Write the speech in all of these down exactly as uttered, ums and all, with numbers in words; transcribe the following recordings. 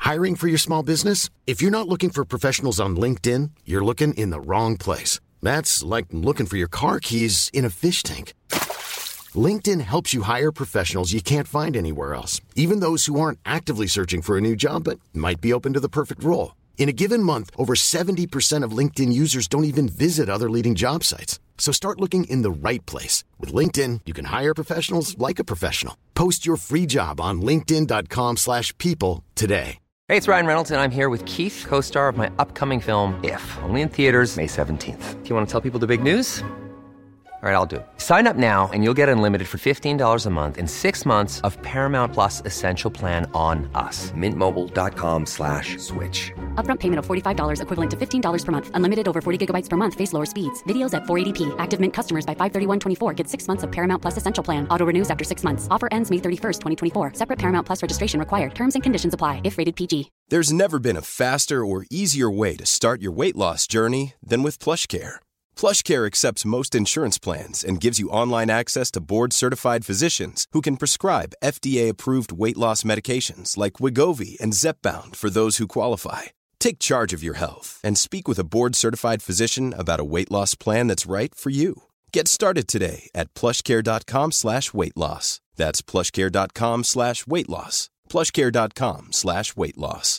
Hiring for your small business? If you're not looking for professionals on LinkedIn, you're looking in the wrong place. That's like looking for your car keys in a fish tank. LinkedIn helps you hire professionals you can't find anywhere else, even those who aren't actively searching for a new job but might be open to the perfect role. In a given month, over seventy percent of LinkedIn users don't even visit other leading job sites. So start looking in the right place. With LinkedIn, you can hire professionals like a professional. Post your free job on linkedin dot com slash people today. Hey, it's Ryan Reynolds, and I'm here with Keith, co-star of my upcoming film, If, only in theaters May seventeenth. Do you want to tell people the big news? All right, I'll do it. Sign up now and you'll get unlimited for fifteen dollars a month and six months of Paramount Plus Essential Plan on us. Mint Mobile dot com slash switch. Upfront payment of forty-five dollars equivalent to fifteen dollars per month. Unlimited over forty gigabytes per month. Face lower speeds. Videos at four eighty p. Active Mint customers by five thirty-one twenty-four get six months of Paramount Plus Essential Plan. Auto renews after six months. Offer ends May thirty-first, twenty twenty-four. Separate Paramount Plus registration required. Terms and conditions apply if rated P G. There's never been a faster or easier way to start your weight loss journey than with PlushCare. PlushCare accepts most insurance plans and gives you online access to board-certified physicians who can prescribe F D A-approved weight loss medications like Wegovy and Zepbound for those who qualify. Take charge of your health and speak with a board-certified physician about a weight loss plan that's right for you. Get started today at plushcare.com slash weight loss. That's plushcare.com slash weight loss. plushcare.com slash weight loss.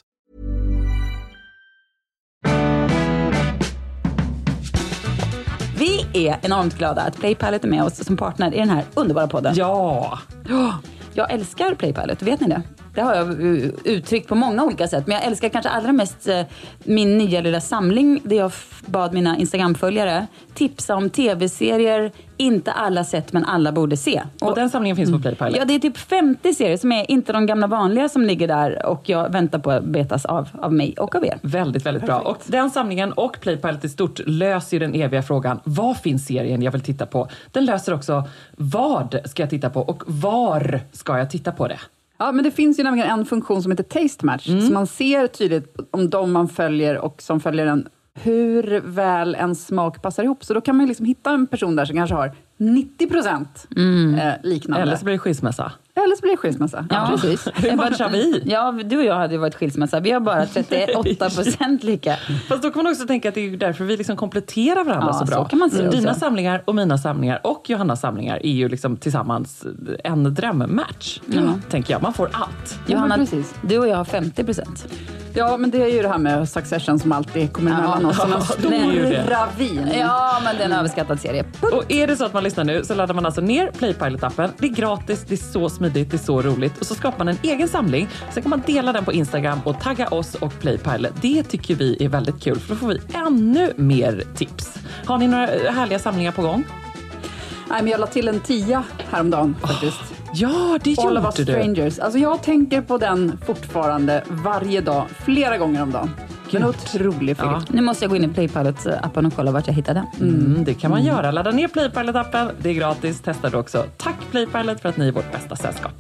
Vi är enormt glada att Playpilot är med oss som partner i den här underbara podden. Ja! Jag älskar Playpilot, vet ni det? Det har jag uttryckt på många olika sätt. Men jag älskar kanske allra mest min nya lilla samling där jag bad mina Instagram-följare tipsa om tv-serier inte alla sett men alla borde se. Och, och den samlingen finns på Playpilot? Ja, det är typ femtio serier som är inte de gamla vanliga som ligger där och jag väntar på att betas av, av mig och av er. Väldigt, väldigt Perfekt. bra. Och den samlingen och Playpilot i stort löser ju den eviga frågan, vad finns serien jag vill titta på? Den löser också, vad ska jag titta på och var ska jag titta på det? Ja, men det finns ju nämligen en funktion som heter Taste Match. Mm. Så man ser tydligt om de man följer och som följer den hur väl en smak passar ihop. Så då kan man liksom hitta en person där som kanske har nittio procent mm. eh, liknande. Eller så blir det skilsmässa. Eller så blir det skilsmässa. Ja, precis. Hur matchar vi? Ja, du och jag hade ju varit skilsmässa. Vi har bara trettioåtta procent lika. Fast då kan man också tänka att det är därför vi liksom kompletterar varandra ja, så bra. Så kan man säga Dina också. samlingar och mina samlingar och Johannas samlingar är ju liksom tillsammans en drömmatch. Mm. Tänker jag. Man får allt. Johanna, precis. Du och jag har femtio procent. Ja, men det är ju det här med Succession som alltid kommer emellan oss. Som en stor ravin. Ja, men det är en överskattad serie. Och är det så att man lyssnar nu så laddar man alltså ner Playpilot-appen. Det är gratis, det är så smidigt, det är så roligt. Och så skapar man en egen samling. Sen kan man dela den på Instagram och tagga oss och Playpilot. Det tycker vi är väldigt kul för då får vi ännu mer tips. Har ni några härliga samlingar på gång? Nej, men jag la till en tia häromdagen faktiskt. Oh. Ja, det gjorde All of Us du. Strangers. Alltså jag tänker på den fortfarande varje dag, flera gånger om dagen. En otrolig film. Ja. Nu måste jag gå in i Playpilot-appen och kolla vart jag hittade den. Mm, mm, det kan man mm. göra. Ladda ner Playpilot-appen. Det är gratis. Testa det också. Tack Playpilot för att ni är vårt bästa sällskap.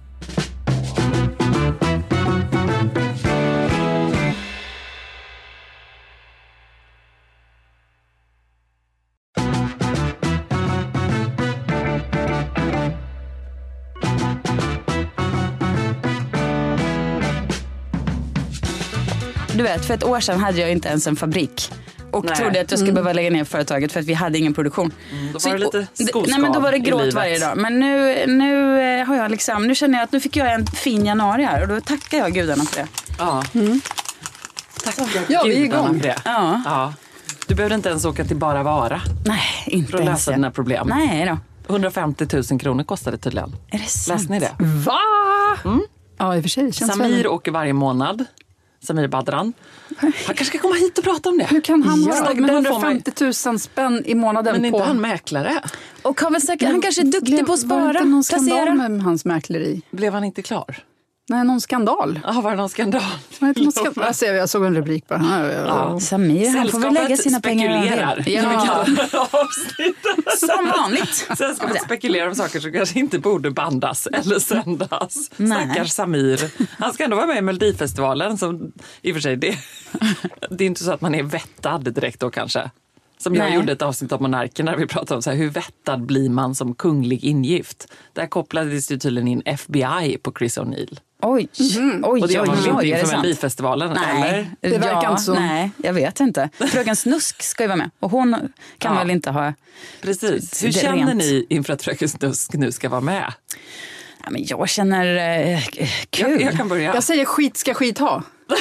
Du vet, för ett år sedan hade jag inte ens en fabrik. Och Nej. trodde att jag skulle mm. behöva lägga ner företaget för att vi hade ingen produktion. Mm, då så, var det lite skoskav. Nej, men då var det gråt varje dag. Men nu, nu har jag liksom, nu känner jag att nu fick jag en fin januari här. Och då tackar jag gudarna för det. Ja. Mm. Tackar ja, vi är igång. för det. Ja. Ja. Du behöver inte ens åka till Bara Vara. Nej, inte för att lösa dina problem. Nej då. hundrafemtio tusen kronor kostar det tydligen. Är det sant? Läs ni det? Va? Mm. Ja, i och för sig. Samir väl. åker varje månad. Samir Badran. Han kanske ska komma hit och prata om det. Hur kan han ja, ha med hundrafemtio tusen spänn i månaden men på... inte han mäklare? Och han, väl säkert, han kanske är duktig blev, på att spara. Var det inte någon skandal placera. med hans mäkleri? Blev han inte klar? Nej, någon skandal. Ja, var det någon skandal? Var det någon skandal? Jag, ser, jag såg en rubrik bara. Ja, ja, ja. Samir, han får väl lägga sina pengar spekulerar. Ja. Som vanligt. Sällskapet spekulerar om saker som kanske inte borde bandas eller sändas. Stackars Samir. Han ska ändå vara med i Melodifestivalen. Som, i och för sig, det, det är inte så att man är vettad direkt då kanske. Som jag Nej. gjorde ett avsnitt av Monarkerna där vi pratade om så här, hur vettad blir man som kunglig ingift. Där kopplades det tydligen in F B I på Chris O'Neill. Oj, mm. oj, Och det gör man oj, väl oj, inte är det inför sant? Melodifestivalen, Nej, eller? Det verkar ja, inte så. Nej, jag vet inte. Fröken Snusk ska ju vara med. Och hon kan Ja. väl inte ha... Precis. Hur det känner rent. ni inför att Fröken Snusk nu ska vara med? Ja, men jag känner eh, kul. Jag, jag kan börja. Jag säger skit ska skit ha.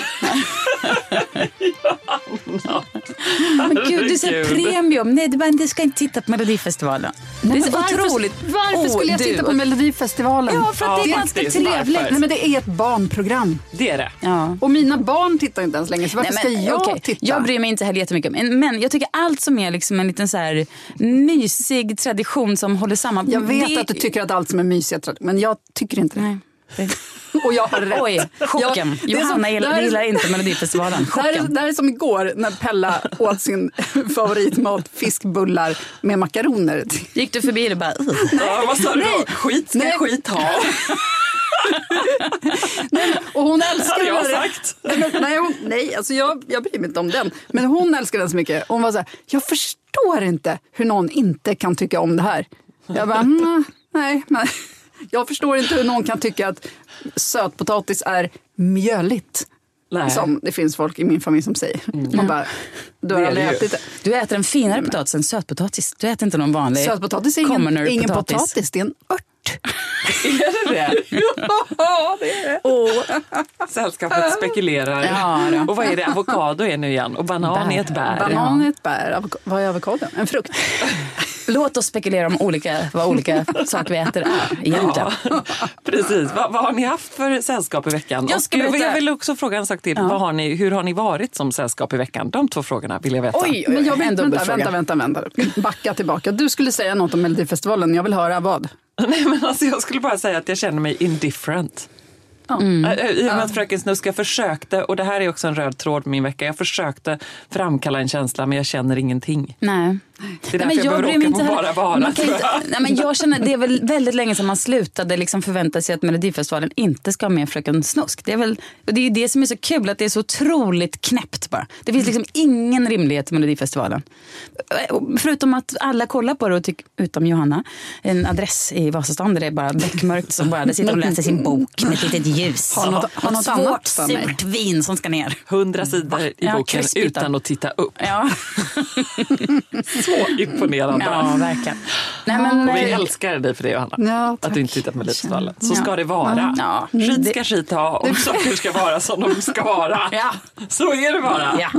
Men gud, du säger Herregud. premium. Nej, du, bara, du ska inte titta på Melodifestivalen. Nej, det är så varför, otroligt. Varför skulle jag Oh, titta du. på Melodifestivalen? Ja, för att Ja, det är ganska faktiskt. trevligt. Varför? Nej, men det är ett barnprogram. Det är det. Ja. Och mina barn tittar inte ens längre, så varför Nej, ska men, jag okej. titta? Jag bryr mig inte heller jättemycket. Men, men jag tycker allt som är liksom en liten så här mysig tradition som håller samman. Jag vet det... att du tycker att allt som är mysigt, men jag tycker inte det. Nej. Det... Och jag har rätt. Oj, chocken. Jag- det är som- Johanna det här är- gillar inte Melodifestivalen. Det här, är, Chocken. det här är som igår när Pella åt sin favoritmat, fiskbullar med makaroner. Gick du förbi och bara... Uh. Ja, vad sa du då? Nej. Skit ska Nej. skit ha. Och hon älskar Hade jag det. sagt. Nej, men, nej, hon, nej alltså jag, jag bryr mig inte om den. Men hon älskar den så mycket. Hon var så här, jag förstår inte hur någon inte kan tycka om det här. Jag bara, mm, nej, nej. Jag förstår inte hur någon kan tycka att sötpotatis är mjöligt. Nej. Som det finns folk i min familj som säger. Man bara, du har Det är aldrig det ju. ätit det. Du äter en finare potatis än sötpotatis. Du äter inte någon vanlig Sötpotatis är ingen, commoner ingen potatis. potatis, det är en ört. Är det det? Ja, det är det. Oh. Sällskapet spekulerar. Ja, då. Och vad är det? Avokado är nu igen. Och banan Bär. är ett bär. Banan är ett bär. Avoka- vad är avokado? En frukt. Låt oss spekulera om olika, vad olika saker vi äter är egentligen. Ja, precis. Vad, vad har ni haft för sällskap i veckan? Jag ska Och berätta- jag vill också fråga en sak till. Vad har ni, hur har ni varit som sällskap i veckan? De två frågorna vill jag veta. Oj, oj, Men jag vill, en vänta, dubbelfråga. vänta, vänta, vänta. Backa tillbaka. Du skulle säga något om Melodifestivalen. Jag vill höra vad. Nej, men alltså, jag skulle bara säga att jag känner mig indifferent. Mm. Äh, I och med att Fröken Snuska försökte, och det här är också en röd tråd på min vecka, jag försökte framkalla en känsla men jag känner ingenting. Nej. Det är därför Nej, jag, jag bryr behöver mig åka på inte- bara vara. man kan tror inte, jag. nej, men jag känner, det är väl väldigt länge sedan man slutade liksom förvänta sig att Melodifestivalen inte ska ha med Fröken Snusk. Det är väl, och det är ju det som är så kul, att det är så otroligt knäppt bara. Det finns liksom ingen rimlighet i Melodifestivalen. Förutom att alla kollar på det och tycker, utom Johanna, en adress i Vasastan där det är bara beckmörkt som bara, där sitter och läser sin bok med ett litet ljus. Har något- har något svårt annat för mig. surt vin som ska ner. Hundra sidor i Ja, boken krispigt. utan att titta upp. Ja, Så imponerande. ja verkligen. Nej, men, Och vi eh, älskar dig för det, Johanna. Ja, att tack. du inte tittat på Melodifestivalen. Så Ja. ska det vara. Ja. Skit ska skit ha och saker ska vara som de ska vara. Ja. Så är det bara. Ja.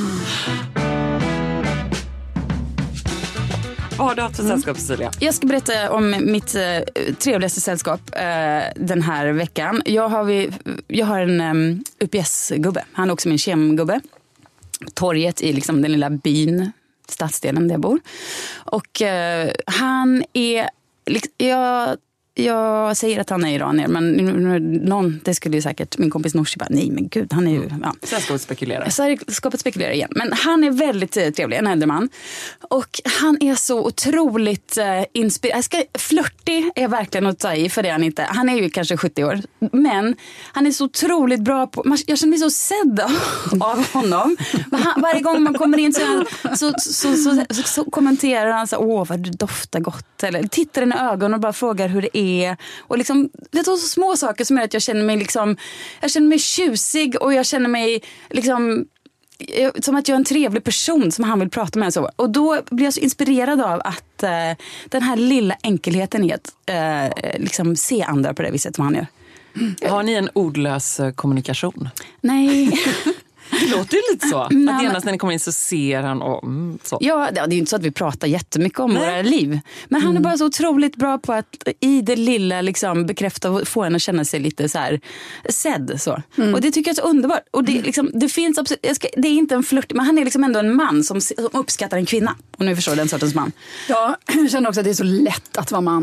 Vad har du haft för sällskap, Cecilia? Jag ska berätta om mitt eh, trevligaste sällskap eh, den här veckan. Jag har, vi, jag har en um, U P S-gubbe. Han är också min kemgubbe. Torget i liksom den lilla byn, stadsdelen där jag bor. Och eh, han är... Liksom, jag, jag säger att han är iranier, men någon, det skulle ju säkert min kompis Norsi bara, nej men gud, han är ju... Ja. Sällskapet spekulerar. Sällskapet spekulerar igen. Men han är väldigt eh, trevlig, en äldre man. Och han är så otroligt eh, inspirerad. Flörtig är verkligen att ta i, för det är han inte. Han är ju kanske sjuttio år. Men han är så otroligt bra på... Man, jag känner mig så sedd av, av honom. Men han, varje gång man kommer in så, så, så, så, så, så kommenterar han så här, åh vad du doftar gott. Eller tittar in i ögonen och bara frågar hur det är. Och liksom, det är så små saker som är att jag känner mig liksom... Jag känner mig tjusig och jag känner mig liksom... som att jag är en trevlig person som han vill prata med. Så. Och då blir jag så inspirerad av att eh, den här lilla enkelheten i att eh, liksom se andra på det viset som han gör. Har ni en ordlös eh, kommunikation? Nej. Det låter ju lite så. Att men- genast när ni kommer in så ser han och mm, så. Ja, det är ju inte så att vi pratar jättemycket om Nej. våra liv. Men han är bara så otroligt bra på att i det lilla liksom bekräfta och få en att känna sig lite så här sedd. Så. Och det tycker jag är så underbart. Och det, liksom, det finns absolut, jag ska, det är inte en flört, men han är liksom ändå en man som, som uppskattar en kvinna. Och nu förstår jag den sortens man. Ja, jag känner också att det är så lätt att vara man.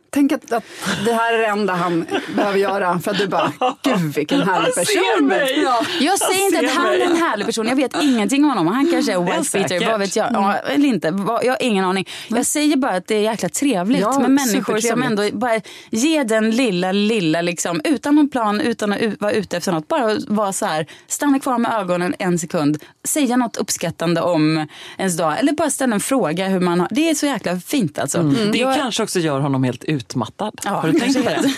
Tänk att, att det här är det enda han behöver göra för att du bara, gud vilken härlig person. Ja. Jag säger inte att han är en härlig person. Jag vet ingenting om honom. Han kanske är wife-beater, vad vet jag. Ja, eller inte. Jag har ingen aning. Jag säger bara att det är jäkla trevligt ja, med människor som ändå bara ger den lilla, lilla liksom, utan någon plan, utan att vara ute efter något. Bara vara så här, stanna kvar med ögonen en sekund. Säga något uppskattande om ens dag. Eller bara ställa en fråga hur man har. Det är så jäkla fint alltså. Mm. Det jag... kanske också gör honom helt utmattad. Ja, har du tänkt på det?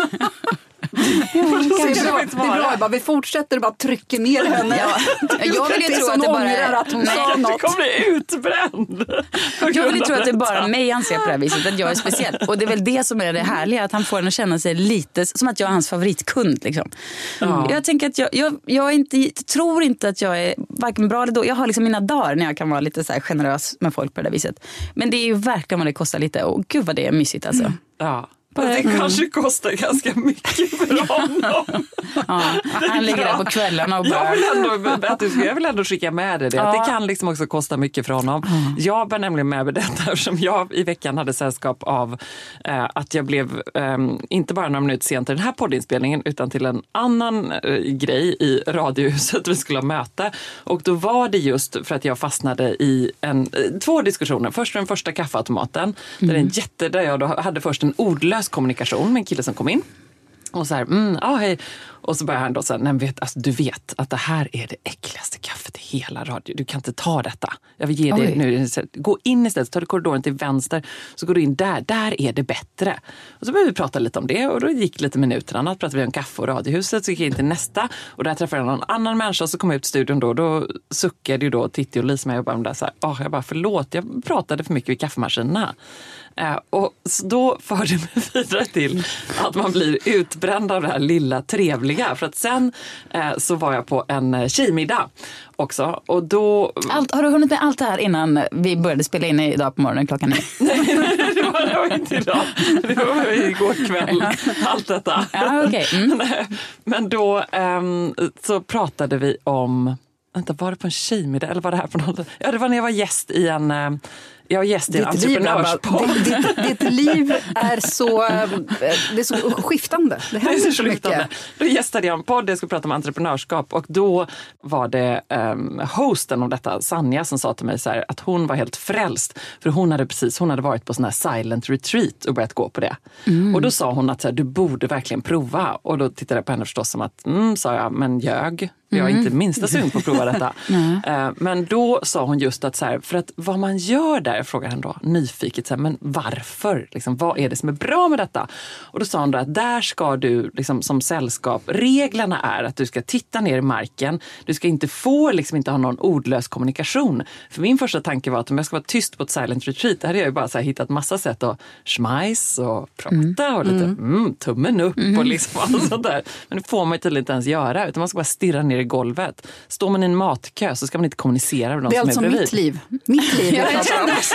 Ja, det är bra, det är bra. Bara, vi fortsätter bara trycka ner henne. Ja. Jag vill ju tro att det bara är att hon sa något. Du kommer bli utbränd. Jag vill ju tro att det är bara mig han ser på det här viset, att jag är speciell. Och det är väl det som är det härliga, att han får en att känna sig lite som att jag är hans favoritkund. Liksom. Mm. Jag tänker att jag, jag, jag inte, tror inte att jag är varken bra eller då. Jag har liksom mina dagar när jag kan vara lite så här generös med folk på det där viset. Men det är ju verkligen vad det kostar lite. Och gud vad det är mysigt alltså. Mm. Ja. Det mm. kanske kostar ganska mycket för honom. Ja, han ligger där på kvällarna och bara... Jag vill ändå, att du, jag vill ändå skicka med dig det. Ja. Det kan liksom också kosta mycket för honom. Mm. Jag var nämligen med med detta eftersom jag i veckan hade sällskap av eh, att jag blev eh, inte bara några minuter sent till den här poddinspelningen utan till en annan eh, grej i radiohuset vi skulle ha möte. Och då var det just för att jag fastnade i en, eh, två diskussioner. Först den första kaffeautomaten. Mm. Där, en jätte, där jag då hade först en ordlös kommunikation med en kille som kom in. Och så här, mm, ah, hej. Och så börjar han då säga, nej vet, alltså, du vet att det här är det äckligaste kaffet i hela radio. Du kan inte ta detta. Jag vill ge dig nu. Gå in istället, ta du korridoren till vänster. Så går du in där, där är det bättre. Och så började vi prata lite om det. Och då gick lite minuter annat. Pratade vi om kaffe och radiohuset. Så gick jag in till nästa. Och där träffade jag någon annan människa. Och så kom jag ut i studion då. Då suckade ju då Titti och Lisa mig och bara där så här, oh, jag bara förlåt, jag pratade för mycket vid kaffemaskinerna. Uh, och då förde det mig vidare till att man blir utbränd av det här lilla trevliga. För att sen uh, så var jag på en tjejmiddag också. Och då... Allt, har du hunnit med allt det här innan vi började spela in idag på morgonen klockan nio? Nej, det var, det var inte idag. Det var igår kväll. Allt detta. Ja, okay. Mm. Men då um, så pratade vi om... Vänta, var det på en tjejmiddag? Eller var det här på något? Ja, det var när jag var gäst i en... Uh, Jag är gäst i en entreprenörspodd. Ditt, ditt, ditt liv är så, det är så skiftande. Det, det är så skiftande. Då gästade jag en podd, jag skulle prata om entreprenörskap. Och då var det um, hosten av detta, Sanja, som sa till mig så här, att hon var helt frälst. För hon hade precis, hon hade varit på sån här silent retreat och börjat gå på det. Mm. Och då sa hon att så här, du borde verkligen prova. Och då tittade jag på henne förstås som att, mm, sa jag, men ljög. Jag är inte minsta sugen på att prova detta. uh, men då sa hon just att så här, för att vad man gör där, jag frågade henne då nyfiket, så här, men varför? Liksom, vad är det som är bra med detta? Och då sa hon då att där ska du liksom, som sällskap, reglerna är att du ska titta ner i marken. Du ska inte få, liksom inte ha någon ordlös kommunikation. För min första tanke var att om jag ska vara tyst på ett silent retreat, där hade jag ju bara så här, hittat massa sätt att schmajs och prata mm. och lite mm, tummen upp mm. och liksom allt sånt där. Men det får man ju tydligen inte ens göra, utan man ska bara stirra ner i golvet. Står man i en matkö så ska man inte kommunicera med någon som är alltså bredvid. Mitt liv. Mitt liv. Ja, jag kände också.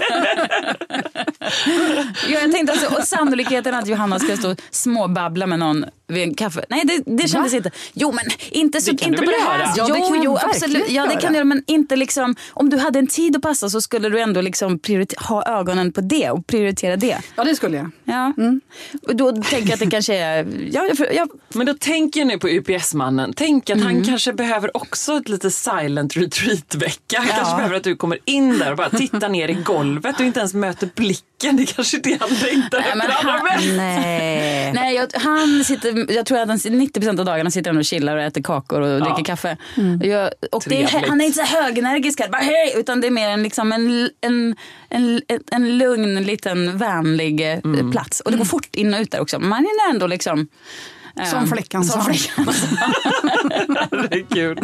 Ja, jag tänkte alltså, och sannolikheten att Johanna ska stå småbabbla med någon vid en kaffe. Nej, det, det kändes Va? inte. Jo, men inte så, inte på det här. Ja, jo, det kan jo, absolut. Ja, det kan du göra, men inte liksom, om du hade en tid att passa så skulle du ändå liksom prioriter- ha ögonen på det och prioritera det. Ja, det skulle jag. Ja. Mm. Och då tänker jag att det kanske är... Ja, jag, jag... Men då tänker jag nu på U P S-mannen. Tänk att mm. han kanske behöver också ett lite silent retreat-vecka. Han ja. kanske behöver att du kommer in där och bara tittar ner i golvet och inte ens möter blicken. Det är kanske det han längtar nej, men han, nej, nej jag, han sitter, jag tror att han nittio procent av dagarna sitter han och chillar och äter kakor och ja. dricker kaffe. Mm. Jag, och det är, han är inte så högenergisk här, bara hej, utan det är mer en, liksom en, en, en, en lugn, liten, vänlig mm. plats. Och det går fort in och ut där också. Man är ändå liksom... Som um, fläckan. Som fläckan. Det är kul.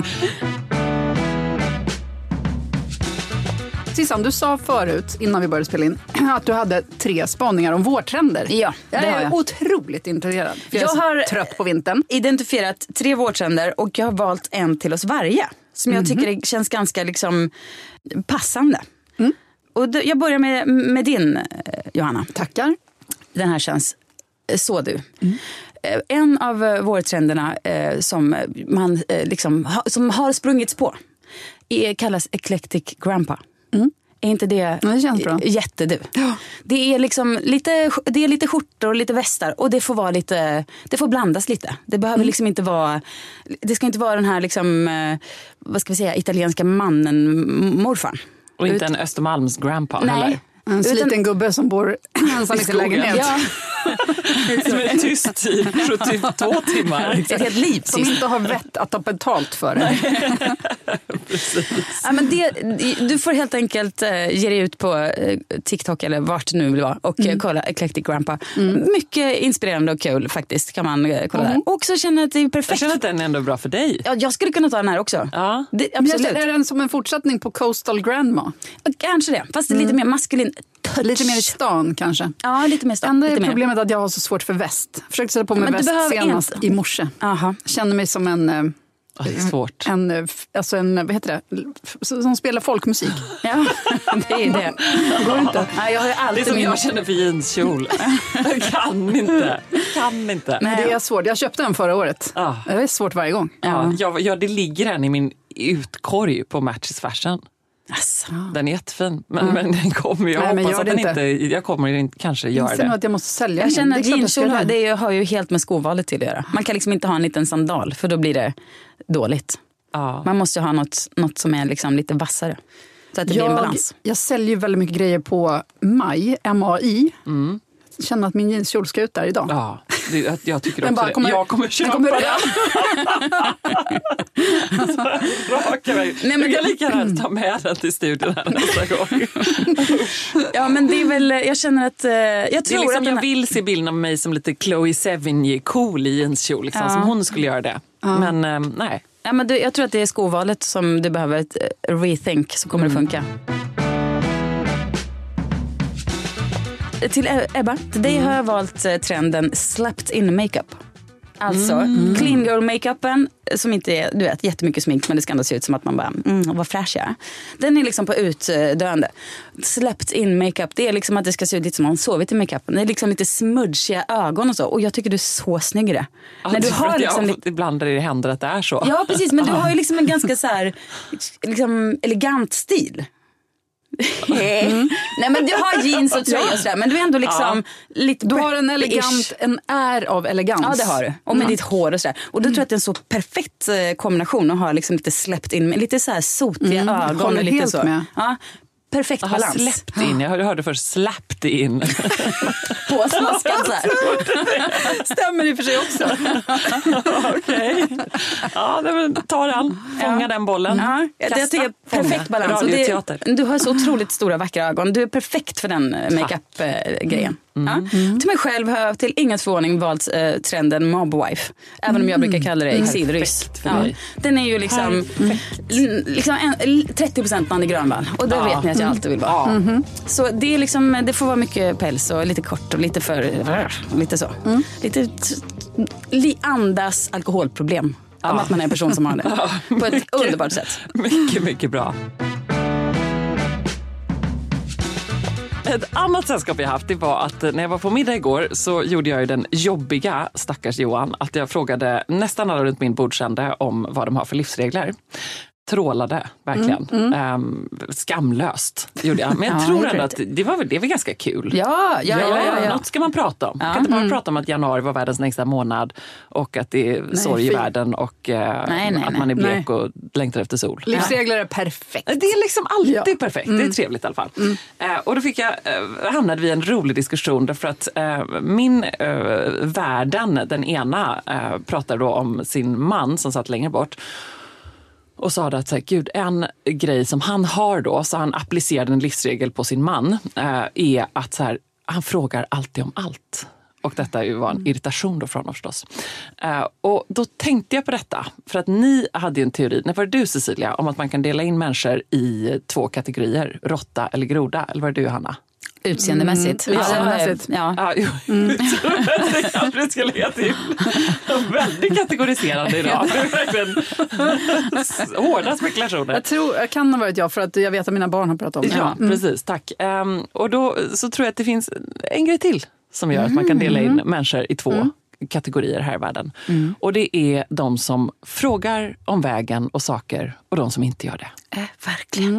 Sissan, du sa förut, innan vi började spela in, att du hade tre spaningar om vårtrender. Ja, det jag har jag. är otroligt intresserad. Jag, jag är har trött på vintern. Identifierat tre vårtrender och jag har valt en till oss varje. Som jag mm-hmm. tycker det känns ganska liksom passande. Mm. Och då, jag börjar med, med din, Johanna. Tackar. Den här känns så du. Mm. En av vårtrenderna eh, som man eh, liksom ha, som har sprungits på är, kallas Eclectic Grandpa. Mm. Är inte det, ja, det känns bra. Jättedu? Ja. Det är liksom lite, det är lite skjortor och lite västar och det får vara lite, det får blandas lite. Det behöver mm. liksom inte vara, det ska inte vara den här liksom, vad ska vi säga, italienska mannen, morfar. Och inte Ut- en Östermalms grandpa Nej. heller. En sliten gubbe som bor ensam i sin lägenhet. Ja. Som är tyst i sjuttiotvå timmar. Ett helt liv. Som inte har vett att ta betalt för det. Ja, men det, du får helt enkelt uh, ge dig ut på uh, TikTok eller vart det nu vill vara och mm. uh, kolla Eclectic Grandpa. Mm. Mycket inspirerande och kul faktiskt kan man uh, kolla mm. där. Och också känna att det är perfekt. Jag känner att den är ändå bra för dig. Ja, jag skulle kunna ta den här också. Ja. Det, absolut. Är den som en fortsättning på Coastal Grandma? Kanske det, fast mm. lite mer maskulin. Touch. Lite mer i stan kanske. Ja, lite mer stan. Ändå är lite problemet mer. Att jag har så svårt för väst. Försökte sätta på mig men väst senast inte. i morse. Aha. Känner mig som en... Oh, det är svårt. En, alltså en, vad heter det? Som spelar folkmusik. Ja, det är det. Går inte. Nej, jag har alltid det är som min... jag känner för jeanskjol. Jag kan inte. Kan inte. Nej, det är svårt. Jag köpte den förra året. Ah. Det är svårt varje gång. Ja, jag, jag, det ligger en i min utkorg på Matches Fashion. Asså. Den är jättefin, men, mm. men den kommer, jag Nej, hoppas att den inte. inte, jag kommer inte kanske göra det. Att jag måste sälja. Jag känner att jeanskjol har, det har ju helt med skovalet till att göra. Man kan liksom inte ha en liten sandal, för då blir det dåligt. Ja. Man måste ha något, något som är liksom lite vassare. Så att det jag, blir en balans. Jag säljer väldigt mycket grejer på Maj, M A I. Mm. Jag känner att min jeanskjol ska ut där idag. Ja, det, jag tycker också bara, kommer, det. Jag kommer köpa kommer den. Alltså, raka väg. Nej, men du kan lika gärna ta med den till studion här nästa gång. Ja, men det är väl, jag känner att jag tror det är liksom, att den... jag vill se bilden av mig som lite Chloe Sevigny cool i jeanskjol, liksom, ja. Som hon skulle göra det. Ja. Men ähm, nej. Ja, men du, jag tror att det är skovalet som du behöver ett rethink, så kommer mm. det funka. Till Ebba, till dig mm. har jag valt trenden slapped in makeup. Alltså mm. clean girl makeupen som inte är, du vet, jättemycket smink, men det ska ändå se ut som att man bara, mm, vad fräsch jag är. Den är liksom på utdöende. Slapped in makeup, det är liksom att det ska se ut lite som man sovit i makeupen. Det är liksom lite smudgiga ögon och så. Och jag tycker du är så snygg i det. Ja, när du har liksom jag, ibland är det händer att det är så. Ja, precis, men du har ju liksom en ganska så här liksom elegant stil. Mm. Nej, men du har jeans och tröja och sådär, men du är ändå liksom ja. lite du har en elegant, en är av elegans. Ja, det har du. Och med mm. ditt hår och sådär. Och då mm. tror jag att det är en så perfekt kombination att ha liksom lite släppt in med lite så här sotiga mm. ögon och lite helt så. Med. Ja. Perfekt Aha, balans. Släppt in. Jag hörde först släppt in. Påsmaskat så här. Stämmer i och för sig också. Okej. Okay. Ja, men ta den. Fånga ja. den bollen. Ja. Kasta, jag tycker perfekt balans. Det, du har så otroligt stora vackra ögon. Du är perfekt för den makeup-grejen. Mm. Ja. Mm. Till mig själv har jag till inget förvåning valt eh, trenden mobwife. Även mm. om jag brukar kalla det exilrys. Ja. Den är ju liksom, l- liksom en, trettio procent Nanne Grönvall. Och det ja. vet ni att jag alltid vill vara. Ja. Mm-hmm. Så det är liksom, det får vara mycket päls och lite kort och lite för, lite så. Mm. Lite li, andas alkoholproblem. Ja. Om att man är en person som har det. Ja. På ett mycket, underbart sätt. Mycket, mycket bra. Ett annat sällskap jag haft, det var att när jag var på middag igår så gjorde jag ju den jobbiga stackars Johan att jag frågade nästan alla runt min bordkände om vad de har för livsregler. Trålade, verkligen. Mm, mm. Um, skamlöst gjorde jag. Men jag ja, tror ändå att det var, det var ganska kul. Ja, ja, ja, ja, ja, ja. Något ska man prata om. Ja. Man kan inte bara mm. prata om att januari var världens längsta månad och att det är nej, sorg i världen och uh, nej, nej, att man är blek nej. och längtar efter sol. Livsregler är perfekt. Det är liksom alltid ja. perfekt. Mm. Det är trevligt i alla fall. Mm. Uh, och då fick jag, uh, hamnade vi i en rolig diskussion därför att uh, min uh, världen, den ena, uh, pratade då om sin man som satt längre bort. Och sa att så här, gud, en grej som han har då, så han applicerade en livsregel på sin man, eh, är att så här, han frågar alltid om allt. Och detta ju var en irritation då från oss förstås. Eh, och då tänkte jag på detta, för att ni hade ju en teori, när var det du Cecilia, om att man kan dela in människor i två kategorier, råtta eller groda, eller var det du Hanna? Utseendemässigt. Mm, utseendemässigt. Ja. Ja, jo, mm. Utseendemässigt kanske det ska lägga till. Väldigt kategoriserande idag. Det är verkligen hårda spekulationer. Jag tror, jag kan ha varit jag för att jag vet att mina barn har pratat om det. Ja, mm. precis. Tack. Um, och då så tror jag att det finns en grej till som gör att man kan dela in människor i två mm. kategorier här i världen. Mm. Och det är de som frågar om vägen och saker och de som inte gör det. Äh, verkligen. Mm.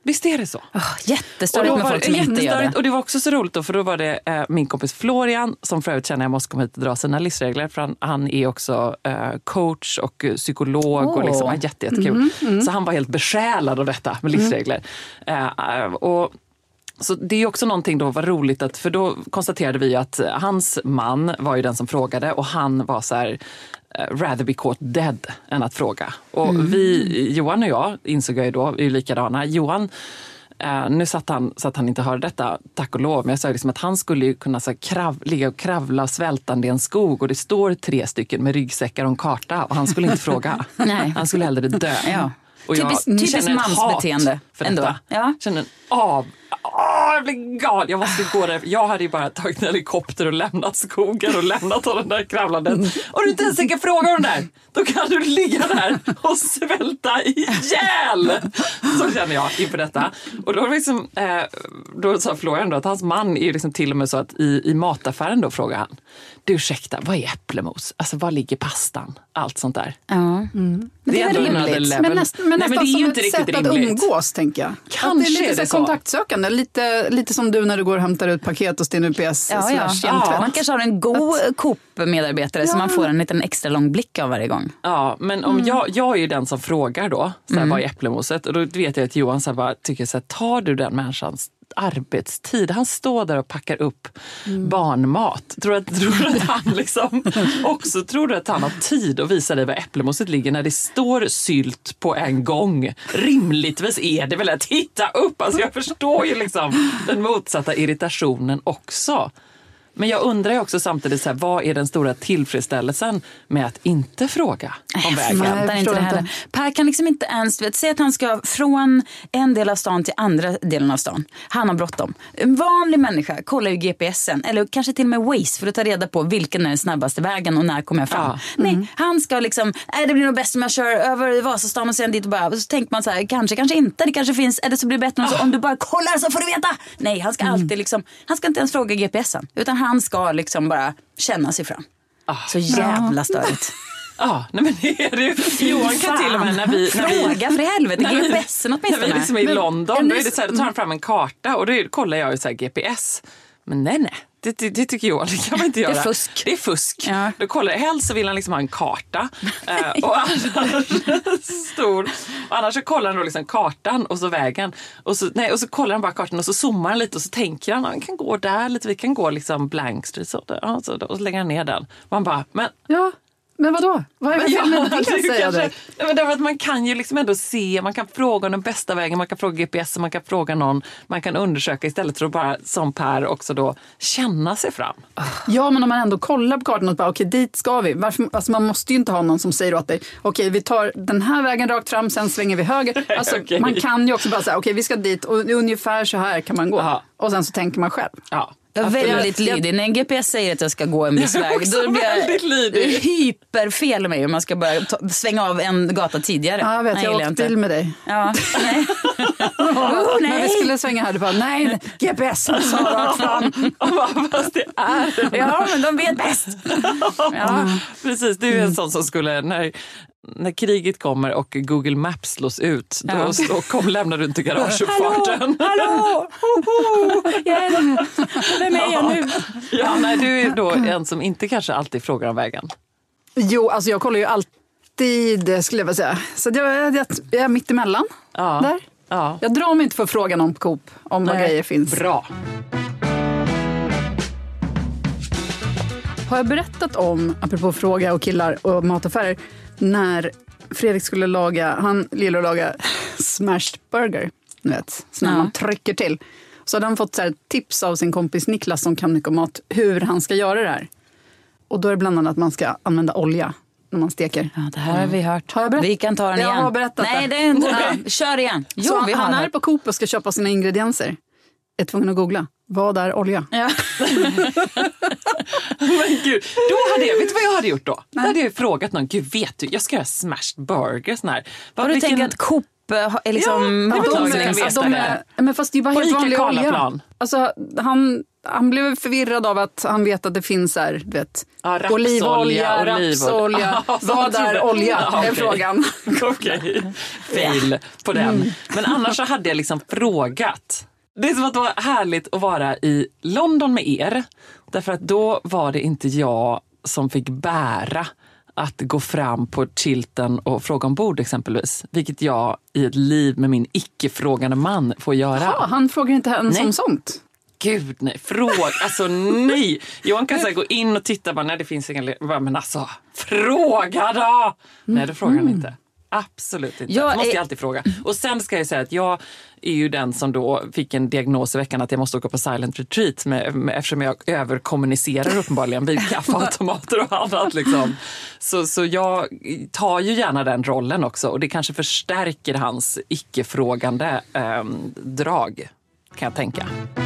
Visst är det så? Oh, jättestörigt med folk som inte gör det. Och det var också så roligt då, för då var det eh, min kompis Florian, som för övrigt känner jag måste komma hit och dra sina livsregler, för han, han är också eh, coach och psykolog oh. och liksom, jätte, jättekul. Mm, mm. Så han var helt besjälad av detta med livsregler. Mm. Eh, och så det är också någonting då var roligt, att, för då konstaterade vi att hans man var ju den som frågade, och han var så här, rather be caught dead än att fråga. Och mm. vi, Johan och jag, insåg jag ju då, är ju likadana. Johan, eh, nu satt han, så att han inte hörde detta, tack och lov, men jag sa liksom att han skulle ju kunna så här, krav, ligga och kravla svältande i en skog, och det står tre stycken med ryggsäckar och en karta, och han skulle inte fråga. Nej. Han skulle hellre dö. Ja. Och typiskt typisk mansbeteende för ändå. Detta. Ja. Känner en av. Åh, jag blir gal. Jag måste gå där. Jag hade ju bara tagit en helikopter och lämnat skogen och lämnat den där kravlandet. Mm. Och du inte ens tänker fråga om där, då kan du ligga där och svälta ihjäl. Så känner jag inför detta. Och då, liksom, eh, då sa Florian då att hans man är liksom till och med så att i, i mataffären då frågar han: du, ursäkta, vad är äpplemos? Alltså, var ligger pastan? Allt sånt där. Ja. Mm. Men det, det är väl rimligt. Men, näst, men nästan Nej, men det är som ett sätt att umgås, tänker jag. Kanske det är lite är det så kontaktsökande. Lite, lite som du när du går och hämtar ut paket hos din U P S. Ja, ja. Ja, man kanske har en god att... Coop-medarbetare, ja, som man får en liten extra lång blick av varje gång. Ja, men om mm. jag, jag är ju den som frågar då, så här, mm. vad är äpplemoset? Och då vet jag att Johan så här, bara, tycker så här, tar du den människans arbetstid? Han står där och packar upp mm. barnmat. Tror du att, tror att han liksom också tror du att han har tid att visa dig var äpplemoset ligger när det står sylt på en gång? Rimligtvis är det väl att titta upp. Alltså jag förstår ju liksom den motsatta irritationen också. Men jag undrar ju också samtidigt så här, vad är den stora tillfredsställelsen med att inte fråga om vägen? Nej, inte det heller. Per kan liksom inte ens, vet, säga att han ska från en del av stan till andra delen av stan. Han har bråttom. En vanlig människa kollar ju G P S'en, eller kanske till och med Waze, för att ta reda på vilken är den snabbaste vägen och när kommer jag fram. Ja. Mm. Nej, han ska liksom, nej, det blir nog bäst om jag kör över Vasastan och sen dit och bara, och så tänker man så här, kanske, kanske inte, det kanske finns, eller så blir det bättre oh. så, om du bara kollar så får du veta. Nej, han ska mm. alltid liksom, han ska inte ens fråga G P S'en, utan han Han ska liksom bara känna sig fram. Ah, så jävla störigt. Ja, ah, nej men det är det. Johan kan till och med när vi... När vi fråga för helvete, G P S'en åtminstone. När vi liksom är i men, London, då är det så här, då tar han fram en karta och då är, kollar jag ju så här G P S. Men nej, nej. Det, det, det tycker jag, det kan man inte göra. Det är fusk. Det är fusk. Ja. Då kollar jag, helst så vill han liksom ha en karta. eh, och annars stor. Och annars så kollar han då liksom kartan och så vägen. Och så, nej, och så kollar han bara kartan och så zoomar han lite och så tänker han, han kan gå där lite, vi kan gå liksom blank street. Så, ja, så, och så lägger han ner den. Och han bara, men... Ja. Men vadå? Vad är det ja, med det, säger kanske, det? Men därför att man kan ju liksom ändå se, man kan fråga om den bästa vägen, man kan fråga G P S, man kan fråga någon, man kan undersöka istället för att bara som Per också då känna sig fram. Ja, men om man ändå kollar på kartan och bara, okej, dit ska vi. Varför, alltså man måste ju inte ha någon som säger åt dig, okej, vi tar den här vägen rakt fram, sen svänger vi höger. Alltså, okay. Man kan ju också bara säga, okej, vi ska dit och ungefär så här kan man gå. Aha. Och sen så tänker man själv. Ja. Jag är väldigt lydig. När en G P S säger att jag ska gå en viss väg, då blir jag hyperfel med mig om man ska bara ta, svänga av en gata tidigare. Ja, jag vet, nej, jag åkte bil med dig. Ja, nej. oh, nej. När vi skulle svänga här, du bara, nej, G P S sa rakt fram. Fast det är ja, men de vet bäst. Ja. Mm. Precis, du är en sån som skulle, när, när kriget kommer och Google Maps slås ut, då, ja. då kom, lämnar du inte garageuppfarten. Hallå, hallå, hjälp, vem är jag nu? Ja, nej, du är då en som inte kanske alltid frågar om vägen. Jo, alltså jag kollar ju alltid, skulle jag vilja säga. Så jag, jag, jag är mitt emellan ja. där. Ja. Jag drar mig inte för att fråga någon på Coop om nej. vad grejer finns. Bra. Har jag berättat om, apropå fråga och killar och mataffärer, när Fredrik skulle laga, han gillar att laga smashed burger, du vet, så när ja. man trycker till. Så hade han fått så här tips av sin kompis Niklas som kan mycket om mat, hur han ska göra det här. Och då är det bland annat att man ska använda olja när man steker. Ja, det här har vi hört. Har jag berättat? Vi kan ta den igen. Jag har berättat Nej, det är inte bra. Kör igen. Jo, så vi han är på Coop och ska köpa sina ingredienser. Är tvungen att googla. Vad är olja? Ja. Men gud, då hade jag, vet du vad jag hade gjort då? Nej. Då hade jag frågat någon, gud vet du, jag ska göra smashed burger sån här. Vad du vilken... tänker att Coop är liksom... Ja, de är, de är, men fast det är bara helt vanlig olja. Alltså, han han blev förvirrad av att han vet att det finns här, du vet, ja, rapsolja, olivolja, rapsolja. Vad är olja? Ja, okay. är frågan. Okej, okay. Fail på den. Mm. Men annars så hade jag liksom frågat. Det är som att det var härligt att vara i London med er. Därför att då var det inte jag som fick bära att gå fram på Chilton och fråga ombord exempelvis. Vilket jag i ett liv med min icke-frågande man får göra. Ja, han frågar inte ens nej. om sånt. Gud nej, fråga, alltså nej. Johan kan säga gå in och titta bara, nej det finns inga, men alltså fråga då. Nej, det frågar han inte. Absolut inte. Jag måste är... alltid fråga. Och sen ska jag säga att jag är ju den som då fick en diagnos i veckan att jag måste åka på silent retreat med, med, eftersom jag överkommunicerar uppenbarligen vid kaffeautomater och annat liksom. Så, så jag tar ju gärna den rollen också och det kanske förstärker hans icke-frågande eh, drag, kan jag tänka.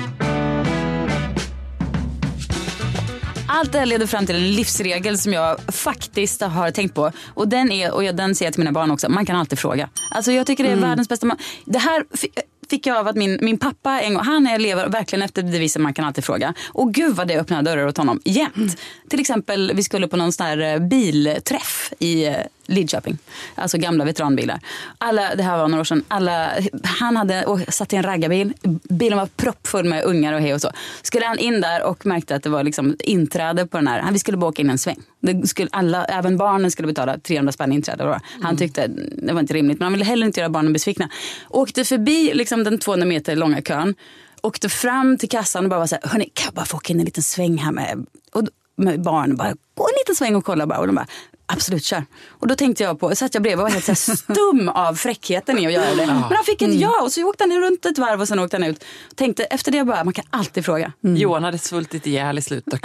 Allt det här leder fram till en livsregel som jag faktiskt har tänkt på. Och den är, och jag, den säger jag till mina barn också, man kan alltid fråga. Alltså jag tycker det är mm. världens bästa man. Det här fick jag av att min, min pappa en gång, han är lever verkligen efter devisen man kan alltid fråga. Och gud vad det öppnar dörrar åt honom jämt. Mm. Till exempel vi skulle på någon sån här bilträff i Lidköping. Alltså gamla veteranbilar. Alla, det här var några år sedan. Alla, han hade och satt i en raggarbil. Bilen var proppfull med ungar och hej och så. Skulle han in där och märkte att det var liksom inträde på den här. Vi skulle bara åka in en sväng. Det skulle alla, även barnen skulle betala trehundra spänn inträde. Mm. Han tyckte det var inte rimligt. Men han ville heller inte göra barnen besvikna. Åkte förbi liksom den tvåhundra meter långa kön. Åkte fram till kassan och bara var så här, hörni, kan jag bara få åka in en liten sväng här med, och, med barn? Bara, gå en liten sväng och kolla bara. Och de bara, absolut, kör. Och då tänkte jag på, så att jag blev var helt så stum av fräckheten i att göra det. Men han fick ett ja och så åkte han runt ett varv och sen åkte han ut. Tänkte efter det bara, man kan alltid fråga. Mm. Johan hade svultit ihjäl i slutet.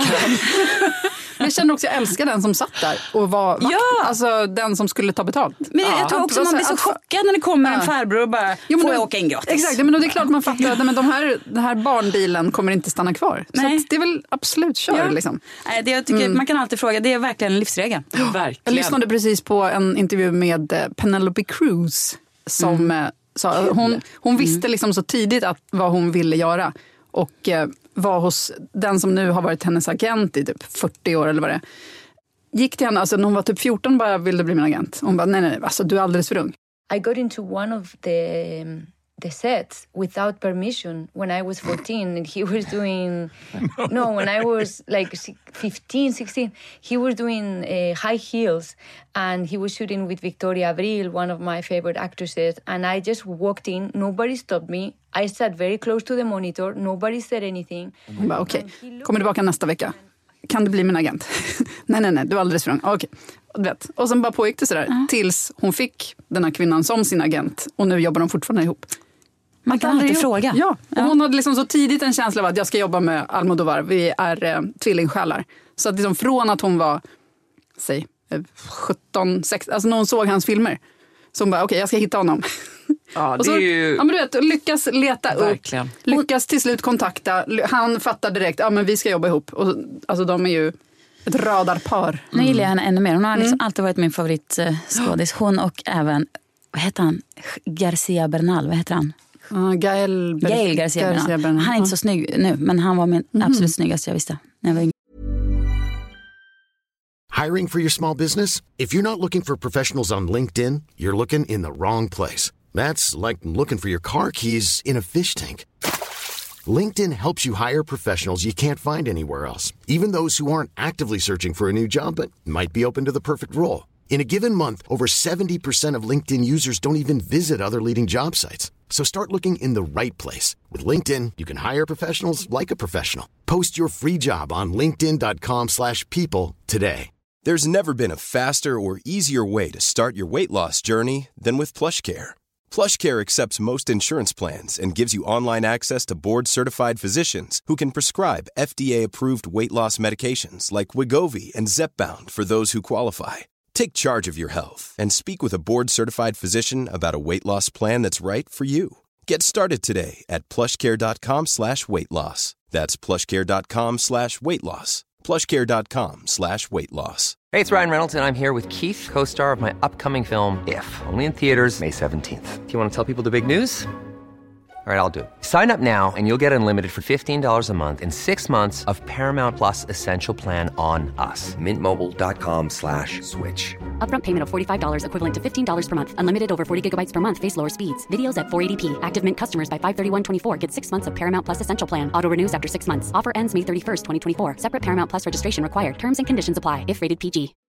Jag kände också, jag älskar den som satt där och var vakt. Ja. Alltså den som skulle ta betalt. Men jag, ja. jag tror också man blir så chockad när det kommer en farbror och bara, jo, får jag åka in gratis? Exakt, men det är klart man fattar att men de här, den här barnbilen kommer inte stanna kvar. Nej. Så det är väl absolut kör ja. liksom. Nej, det jag tycker mm. man kan alltid fråga, det är verkligen en livsregel. Verkligen. Jag lyssnade precis på en intervju med Penelope Cruz som mm. sa, hon, hon visste liksom så tidigt att vad hon ville göra och eh, var hos den som nu har varit hennes agent i typ fyrtio år eller vad det är. Gick till henne, alltså när hon var typ fjorton bara ville bli min agent. Hon bara, nej nej, alltså du är alldeles för ung. I got into one of the the sets without permission when I was fourteen and he was doing no when I was like fifteen sixteen he was doing uh, high heels and he was shooting with Victoria Abril, one of my favorite actresses, and I just walked in, nobody stopped me, I sat very close to the monitor, nobody said anything. Hon bara okej, okay. Kommer tillbaka nästa vecka. Kan du bli min agent? nej, nej, nej, du är alldeles för ung. Okej, okay. Och sen bara pågick det sådär uh-huh. tills hon fick den här kvinnan som sin agent och nu jobbar de fortfarande ihop. Man kan alltid fråga. Ja, och hon hade liksom så tidigt en känsla av att jag ska jobba med Almodovar. Vi är eh, tvillingsjälar. Så att liksom från att hon var, säg, sjutton, sexton, alltså när hon såg hans filmer. Så hon bara, okej, okay, jag ska hitta honom. Ja, det och så, är ju... ja, men du vet, lyckas leta verkligen. upp. Lyckas till slut kontakta. Han fattar direkt, ja men vi ska jobba ihop. Och, alltså de är ju ett radarpar. Mm. Nu gillar jag henne ännu mer. Hon har liksom mm. alltid varit min favoritskådis. Hon och även, vad heter han? Garcia Bernal, vad heter han? Uh, Gael, Ber- Gael Garcia, Garcia Bernal. Bernal. Han är inte så snygg nu, men han var min mm. absolut snyggaste jag visste. När jag var yngre. Hiring for your small business? If you're not looking for professionals on LinkedIn, you're looking in the wrong place. That's like looking for your car keys in a fish tank. LinkedIn helps you hire professionals you can't find anywhere else, even those who aren't actively searching for a new job but might be open to the perfect role. In a given month, over seventy percent of LinkedIn users don't even visit other leading job sites. So start looking in the right place. With LinkedIn, you can hire professionals like a professional. Post your free job on linkedin dot com slash people today. There's never been a faster or easier way to start your weight loss journey than with PlushCare. PlushCare accepts most insurance plans and gives you online access to board-certified physicians who can prescribe F D A-approved weight loss medications like Wegovy and Zepbound for those who qualify. Take charge of your health and speak with a board-certified physician about a weight loss plan that's right for you. Get started today at plushcare.com slash weight loss. That's plushcare.com slash weight loss. plushcare.com slash weight loss. Hey, it's Ryan Reynolds, and I'm here with Keith, co-star of my upcoming film, If, only in theaters May seventeenth. Do you want to tell people the big news? All right, I'll do it. Sign up now and you'll get unlimited for fifteen dollars a month and six months of Paramount Plus Essential Plan on us. Mint Mobile dot com slash switch. Upfront payment of forty-five dollars equivalent to fifteen dollars per month. Unlimited over forty gigabytes per month. Face lower speeds. Videos at four eighty p. Active Mint customers by five thirty-one twenty-four get six months of Paramount Plus Essential Plan. Auto renews after six months. Offer ends May thirty-first, twenty twenty-four. Separate Paramount Plus registration required. Terms and conditions apply if rated P G.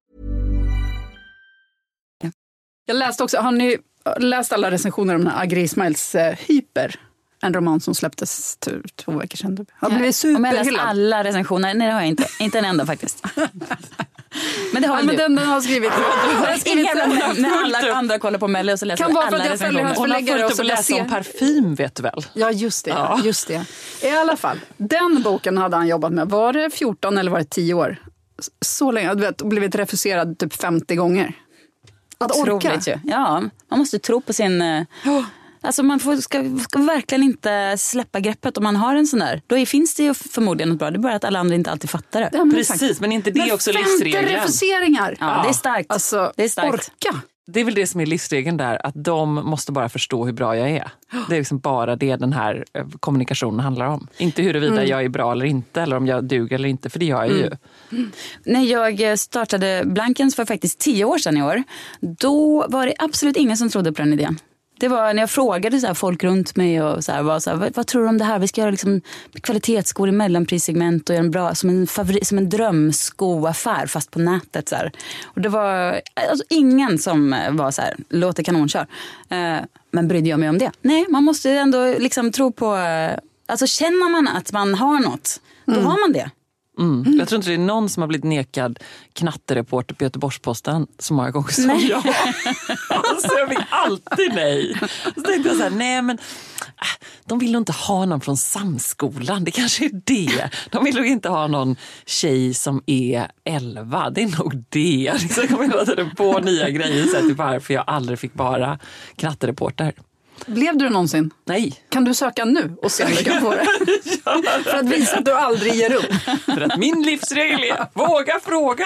Jag läste också, har ni läst alla recensioner om den här Agri Ismails uh, Hyper? En roman som släpptes t- två veckor sedan. Har blivit superhyllad. Om jag läst alla recensioner? Nej, det har jag inte. Inte en enda faktiskt. Men det har ja, väl men du? den, den har skrivit. Jag har skrivit när, när alla andra kollar på Mello och så läser kan jag vara för alla att jag följer hans recensioner. Hon har förläggare fullt och upp så att läsa om parfym, vet du väl? Ja, just det. Ja. just det. I alla fall, den boken hade han jobbat med. Var det fjorton eller var det tio år? Så länge. Du vet, och blivit refuserad typ femtio gånger. Att orka. Otroligt ju. Ja, man måste tro på sin... Oh. Alltså man får, ska, ska verkligen inte släppa greppet om man har en sån där. Då finns det ju förmodligen något bra. Det är bara att alla andra inte alltid fattar det. Ja, men precis, exakt. men inte det men också livsregeln? femtio refuseringar. Ja, ja, det är starkt. Alltså, det är starkt. Orka. Det är väl det som är livsregeln där, att de måste bara förstå hur bra jag är. Det är liksom bara det den här kommunikationen handlar om. Inte huruvida mm. jag är bra eller inte, eller om jag duger eller inte, för det gör jag ju. Mm. När jag startade Blankens för faktiskt tio år sedan i år, då var det absolut ingen som trodde på den idén. Det var när jag frågade så här, folk runt mig och så här, var så här, vad, vad tror du om det här? Vi ska göra liksom kvalitetsskor i mellanprissegment och göra en bra, som en, favori, som en drömskoaffär fast på nätet. Så här. Och det var alltså, ingen som var så här, låter kanonkör. Eh, men brydde jag mig om det? Nej, man måste ändå liksom tro på, alltså känner man att man har något, då mm. har man det. Mm. Mm. Jag tror inte det är någon som har blivit nekad knattereporter på Göteborgs-Posten så många gånger som nej. jag. Alltså jag fick alltid nej. Så tänkte jag så här, nej men äh, de vill nog inte ha någon från Samskolan, det kanske är det. De vill nog inte ha någon tjej som är elva, det är nog det. Så jag kommer hela tiden på nya grejer så till varför jag aldrig fick vara knattereporter. Blev du någonsin? Nej. Kan du söka nu och se om du kan få det? Ja, för att visa att du aldrig ger upp. För att min livsregel är våga fråga.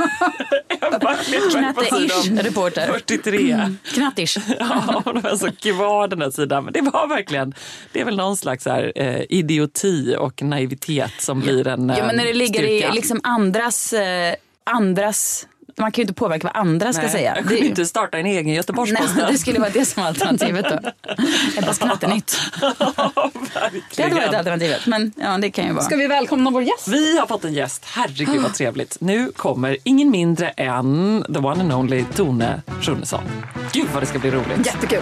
Knatte-ish reporter. fyrtiotre. Mm. Knattish. Ja, det var så kvar den här sidan. Men det var verkligen, det är väl någon slags här, eh, idioti och naivitet som blir en eh, ja, men när det ligger styrka. i liksom andras, eh, andras... Man kan ju inte påverka vad andra ska Nej, säga. Jag kunde det... inte starta en egen Göteborgs-Posten. Nej, det skulle vara det som alternativet då. Ebbas Knattenytt. Ja, det hade varit alternativet, men ja, det kan ju vara. Ska vi välkomna vår gäst? Vi har fått en gäst. Herregud vad trevligt. Nu kommer ingen mindre än the one and only Tone Schunnesson. Gud vad det ska bli roligt. Jättekul.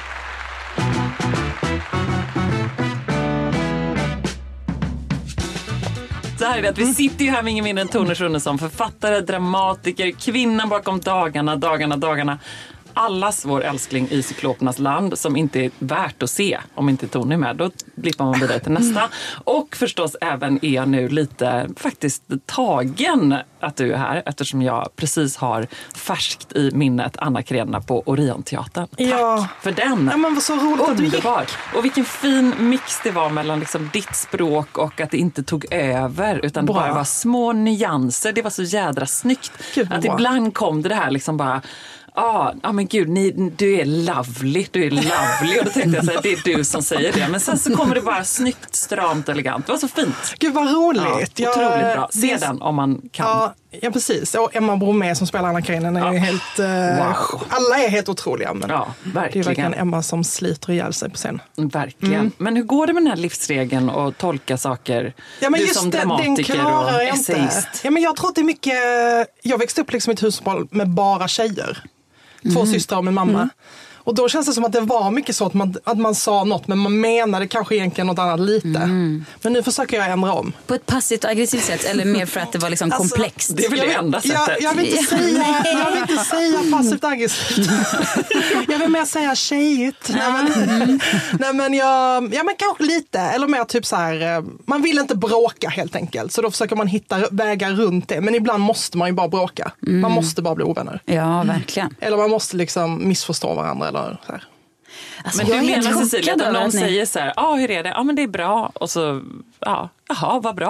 Så här är det att vi sitter ju här med ingen mindre än Tone Schunnesson, författare, dramatiker, kvinnan bakom dagarna, dagarna, dagarna. Allas vår älskling i Cyklopernas land som inte är värt att se om inte Tone är med. Då blippar man vidare till nästa. Och förstås även är jag nu lite faktiskt tagen att du är här eftersom jag precis har färskt i minnet Anna Karenina på Orionteatern. Tack ja. för den. Ja, men vad så roligt att du gick. Och vilken fin mix det var mellan liksom ditt språk och att det inte tog över utan bra. bara var små nyanser. Det var så jädra snyggt. Gud, att bra. ibland kom det här liksom bara ja, ah, men gud, ni, du är lovely, du är lovely. Och då tänkte jag så här, det är du som säger det. Men sen så kommer det bara snyggt, stramt, elegant. Det var så fint. Gud vad roligt. Ja, otroligt bra. Se det... den om man kan. Ja, ja precis. Och Emma Bromé som spelar Anna Karenina är ja. ju helt... Uh, wow. Alla är helt otroliga. Men ja, verkligen. Det är verkligen Emma som sliter ihjäl sig på scen. Verkligen. Mm. Men hur går det med den här livsregeln och tolka saker? Ja, men du just som det, dramatiker och essayist. Ja, men jag tror att det är mycket... Jag växte upp liksom i ett hushåll med bara tjejer. Två mm. systrar och min mamma. Mm. Och då känns det som att det var mycket så att man, att man sa något men man menade kanske egentligen något annat lite. Mm. Men nu försöker jag ändra om. På ett passivt och aggressivt sätt eller mer för att det var liksom alltså, komplext? Det är väl det enda sättet. Jag, jag, vill inte säga, jag vill inte säga passivt aggressivt. Jag vill mer säga tjejigt. Nej men, mm. nej, men jag, ja men kanske lite. Eller mer typ så här, man vill inte bråka helt enkelt. Så då försöker man hitta vägar runt det. Men ibland måste man ju bara bråka. Mm. Man måste bara bli ovänner. Ja, verkligen. Eller man måste liksom missförstå varandra. Eller så här. Alltså, men du menar Cecilia att om någon säger så här, ja ah, hur är det? Ja ah, men det är bra. Och så, ja, jaha vad bra.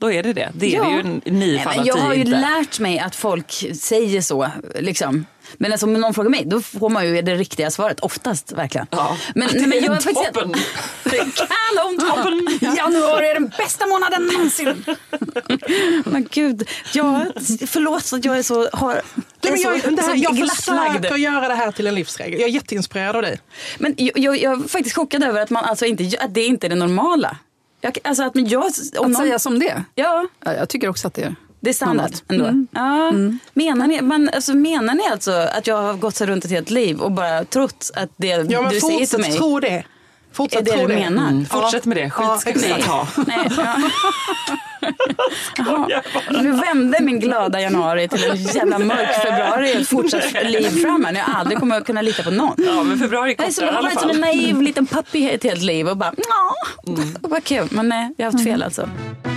då är det det. Det är Ja. det ju i nio fall av Jag har ju tio inte. lärt mig att folk säger så, liksom. Men alltså, om någon frågar mig, då får man ju det riktiga svaret. Oftast, verkligen. Ja. Men, Det nej, men är jag är faktiskt... toppen. Det är kanon toppen. Januari är den bästa månaden någonsin. Men gud, ja, förlåt att jag är så... Har, Nej, men jag, så, det här, så jag glasslagd. försöker göra det här till en livsregel. Jag är jätteinspirerad av dig. Men jag, jag, jag är faktiskt chockad över att, man, alltså inte, att det inte är det normala. Jag, alltså att, men jag, om Att någon, säga som det? Ja, Ja, jag tycker också att det är. det är standard Normalt. ändå. Mm. Ja. Mm. Menar, ni, men, alltså, menar ni alltså att jag har gått så runt ett helt liv och bara trott att det Ja, men du säger till fortsätt mig tro det. Fortsätt är det tro du det. menar? Mm, fortsätt med det. Skit Ja, ska vi exakt. ta. Nej, ja. Jaha. Nu vände min glada januari till en jävla mörk februari och ett fortsatt liv fram här. Jag aldrig kommer att kunna lita på någon. Ja, men februari Jag är kortare som, i jag har alla varit som en fall. naiv liten puppy ett helt liv och bara, ja, mm. vad kul. Men nej, jag har haft fel alltså.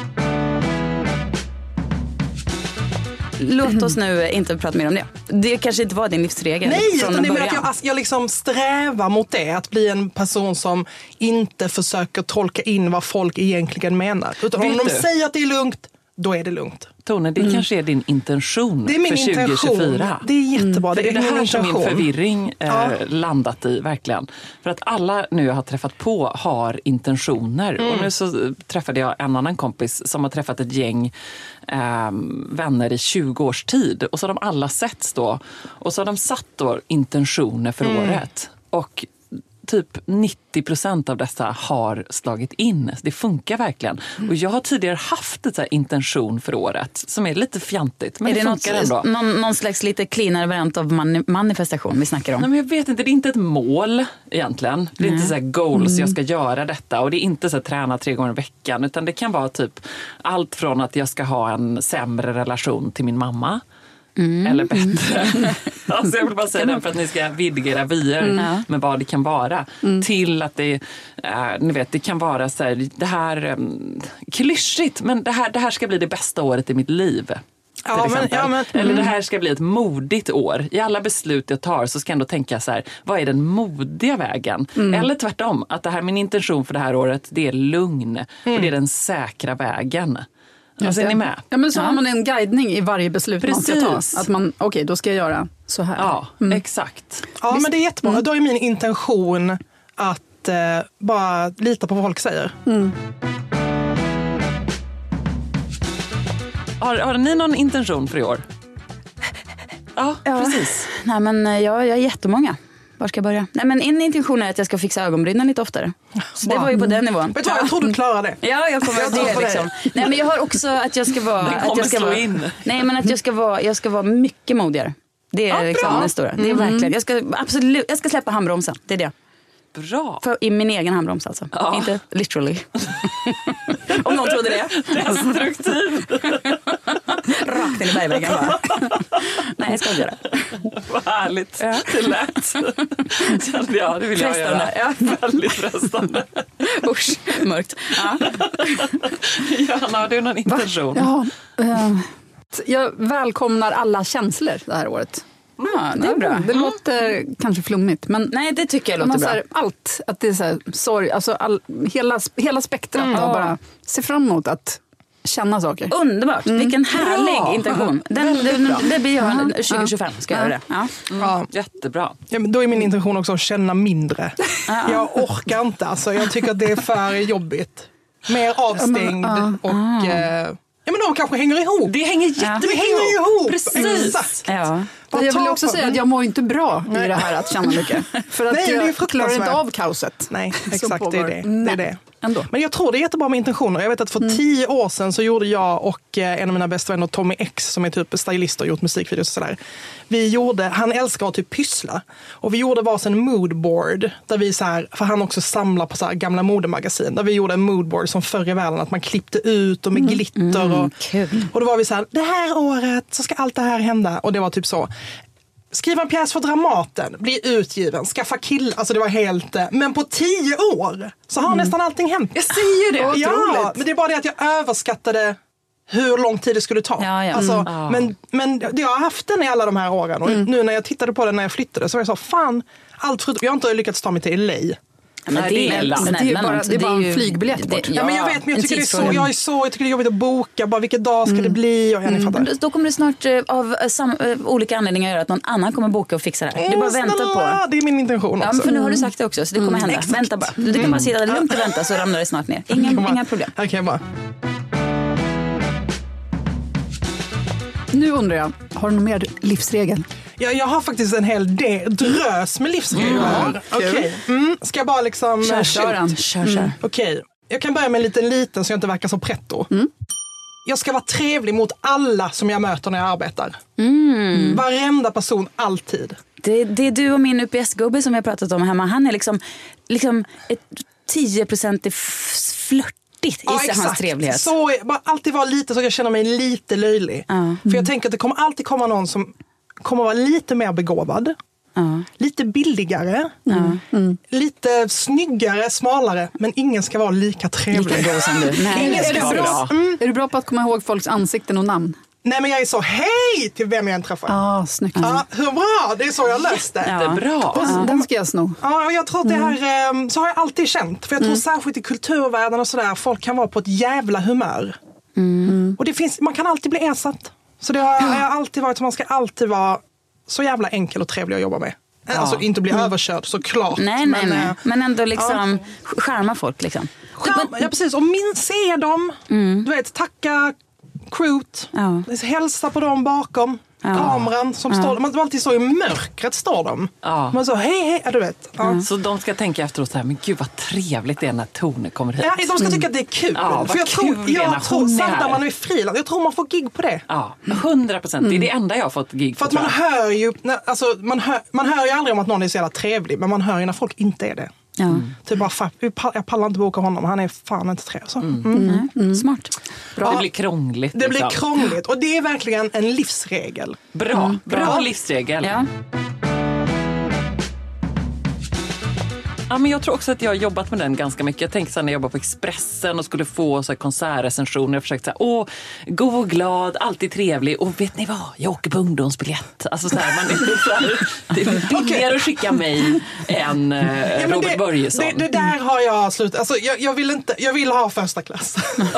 Låt oss nu inte prata mer om det. Det kanske inte var din livsregel. Nej, från utan det är mer början. att jag, alltså, jag liksom strävar mot det. Att bli en person som inte försöker tolka in vad folk egentligen menar. Utan om Vet de du? säger att det är lugnt, då är det lugnt. Tone, det kanske är din intention Det är min för tjugo intention. tjugofyra. Det är jättebra. För det är det min här som min intention. förvirring eh, Ja. landat i, verkligen. För att alla nu jag har träffat på har intentioner. Mm. Och nu så träffade jag en annan kompis som har träffat ett gäng eh, vänner i tjugo års tid. Och så har de alla setts då. Och så har de satt då intentioner för Mm. året. Och typ nittio procent av dessa har slagit in. Det funkar verkligen. Och jag har tidigare haft ett så här intention för året som är lite fjantigt, men Är det, det funkar något, ändå. någon, någon slags lite cleanare variant av mani- manifestation vi snackar om? Nej, men jag vet inte, det är inte ett mål egentligen. Det är inte så här goals, jag ska göra detta. Och det är inte så här träna tre gånger i veckan. Utan det kan vara typ allt från att jag ska ha en sämre relation till min mamma. Mm. Eller bättre. Alltså jag vill bara säga det för att ni ska vidga era vyer Mm. med vad det kan vara. Till att det, äh, ni vet, det kan vara så här, det här um, klyschigt, men det här, det här ska bli det bästa året i mitt liv. Ja, men, exempel. ja, men, Eller det här ska bli ett modigt år. I alla beslut jag tar så ska jag ändå tänka så här, vad är den modiga vägen? Eller tvärtom, att det här, min intention för det här året, det är lugn. Och det är den säkra vägen. Alltså, är ni med? Ja, men så Ja. har man en guidning i varje beslut man ska Precis. ta. Att man, okej, okay, då ska jag göra så här. Ja, exakt. ja, men det är jättebra. Då är min intention att eh, bara lita på vad folk säger. Har, har ni någon intention för i år? Ja, Ja. precis. Nej, men eh, jag, jag har jättemånga. Var ska jag börja? Nej, men en intention är att jag ska fixa ögonbrynen lite oftare. Så det var ju på den nivån. Vet du vad, jag tror du klarar det. Ja, jag kommer Jag att tror det på det. liksom. Nej, men jag har också att jag ska vara... Det att kommer jag ska slå vara, in. Nej, men att jag ska vara, jag ska vara mycket modigare. Det är Ja, liksom bra. det stora. Det är verkligen. Jag ska absolut, jag ska släppa handbromsen. Det är det. Bra. För, I min egen handbroms alltså. Ja. Inte literally. Om någon trodde det. Destruktiv. Rakt in i bergväggen bara. Nej, jag ska inte göra. Vad härligt Ja. det lät. Kände jag, det vill jag göra. Frestande, ja. Väldigt frestande. Usch, mörkt. Ja. Johanna, har du någon intention? Ja, eh, jag välkomnar alla känslor det här året. Ja, det är bra. Det låter kanske flummigt, men Nej, det tycker jag man låter så bra. här, allt, att det är så här, sorg, alltså all, hela, hela spektrat och bara se fram emot att känna saker. Underbart. Vilken härlig Bra. intention. Den, den, det blir jag tjugo tjugofem. Ska jag göra det. Ja. Ja. Jättebra. Ja, men då är min intention också att känna mindre. Jag orkar inte. Alltså, jag tycker att det är för jobbigt. Mer avstängd och... Eh, ja, men de kanske hänger ihop. Det hänger jättemycket Det hänger ihop. Precis. Exakt. Ja. Bara Jag vill ta också på- säga att jag mår inte bra i det här att känna mycket. För att Nej, det är jag klarar inte fruktansvärt. av kaoset. Nej, som exakt. Det är pågår. det. det, är Nej, det. Ändå. Men jag tror det är jättebra med intentioner. Jag vet att för tio år sedan så gjorde jag och eh, en av mina bästa vänner, Tommy X, som är typ stylist och gjort musikvideos och sådär. Vi gjorde, han älskar att typ pyssla. Och vi gjorde varsin moodboard, där vi så här, för han också samlar på så här gamla modemagasin, där vi gjorde en moodboard som förr i världen, att man klippte ut och med glitter. Och, kul. och då var vi så här, det här året så ska allt det här hända. Och det var typ så. Skriva en pjäs för Dramaten, bli utgiven, skaffa kill, alltså det var helt... Men på tio år så har nästan allting hänt. Jag säger det. Ja, men det är bara det att jag överskattade hur lång tid det skulle ta. Ja, ja. Alltså, Mm. men, men jag har haft den i alla de här åren. Och nu när jag tittade på den när jag flyttade så var jag så, fan, allt förutom, jag har inte lyckats ta mig till L A. Men Nej, det, det är är land. Men det är bara- det är bara en ju- flygbiljett bort. det- Ja, men jag vet, men jag en tycker, det är så, tidsfråga. jag, är så, jag tycker det är jobbigt att boka. Bara vilken dag ska det bli? Och jag Men fattar. då- Då kommer det snart eh, av eh, sam, eh, olika anledningar göra att någon annan kommer boka och fixa det här. Det är bara att vänta på. Det är min intention Ja, också. men för nu har du sagt det också, så det kommer hända. exakt. Vänta bara. Du kan bara sitta lugnt och vänta så ramlar det snart ner. Ingen, Kom inga on. problem. Okej, bra. Nu undrar jag, har du någon mer livsregel? Ja, jag har faktiskt en hel del, drös med livsregler. Mm, Okej, mm, ska jag bara liksom... Kör, eh, kör shoot? den. Kör, kör. Okej, jag kan börja med en liten liten så jag inte verkar så pretto. Mm. Jag ska vara trevlig mot alla som jag möter när jag arbetar. Mm. Varenda person, alltid. Det, det är du och min U P S-gubbe som vi har pratat om hemma. Han är liksom, liksom ett tio procent flörtigt i hans trevlighet. Så är- bara alltid vara lite så att jag känner mig lite löjlig. Ja. För jag tänker att det kommer alltid komma någon som kommer vara lite mer begåvad. Ja. Lite billigare. Lite snyggare, smalare. Men ingen ska vara lika trevlig. Lika god som du. Nej, Ingen det ska ska vara vara bra. Mm. Är du bra på att komma ihåg folks ansikten och namn? Nej, men jag är så hej till vem jag än träffar. Ja. Ah, snyggt. hur bra? Det är så jag löst det. Ja. Bra. Den, den ska jag sno. Ja, och jag tror att det här, eh, så har jag alltid känt. För jag tror särskilt i kulturvärlden och sådär, folk kan vara på ett jävla humör. Och det finns, man kan alltid bli ersatt. Så det har, har jag alltid varit, man ska alltid vara så jävla enkel och trevlig att jobba med. Alltså inte bli överkörd såklart. Nej, nej, men, nej. eh, Men ändå liksom skärma folk liksom. Skärm, ja, precis. Och min, se dem. Du vet, tacka crewt. Ja. Hälsa på dem bakom. Kameran som står. Man alltid så i mörkret står de. Ja. Man så hej, hej. Ja, du vet. Ja. Så de ska tänka efteråt så här, men gud vad trevligt det är när Tone kommer hit. Ja, de ska tycka att det är kul. Ja, vad För jag tror, kul det är när jag tror hon är samt här. när man är frilans, jag tror man får gig på det. Ja, hundra procent. Det är det enda jag har fått gig För på. att man tror jag. hör ju, när, alltså, man, hör, man hör ju aldrig om att någon är så jävla trevlig, men man hör ju när folk inte är det. Ja. Typ bara, fan, jag pallar inte boka honom, han är fan inte trevlig. Så. Mm. Mm. Smart. Det blir krångligt. Det blir liksom. krångligt och det är verkligen en livsregel. Bra, bra Ja. livsregel. Ja. Ja, men jag tror också att jag har jobbat med den ganska mycket. Jag tänkte så här, när jag jobbade på Expressen och skulle få så här konsertrecensioner. Jag försökte säga, åh, god och glad, alltid trevlig. Och vet ni vad? Jag åker på ungdomsbiljett. Alltså så här, man är så här, det är billigare att skicka mig än eh, Ja, men Robert det, Börjesson. det, det där har jag slutat. Alltså, jag, jag, vill inte, jag vill ha första klass.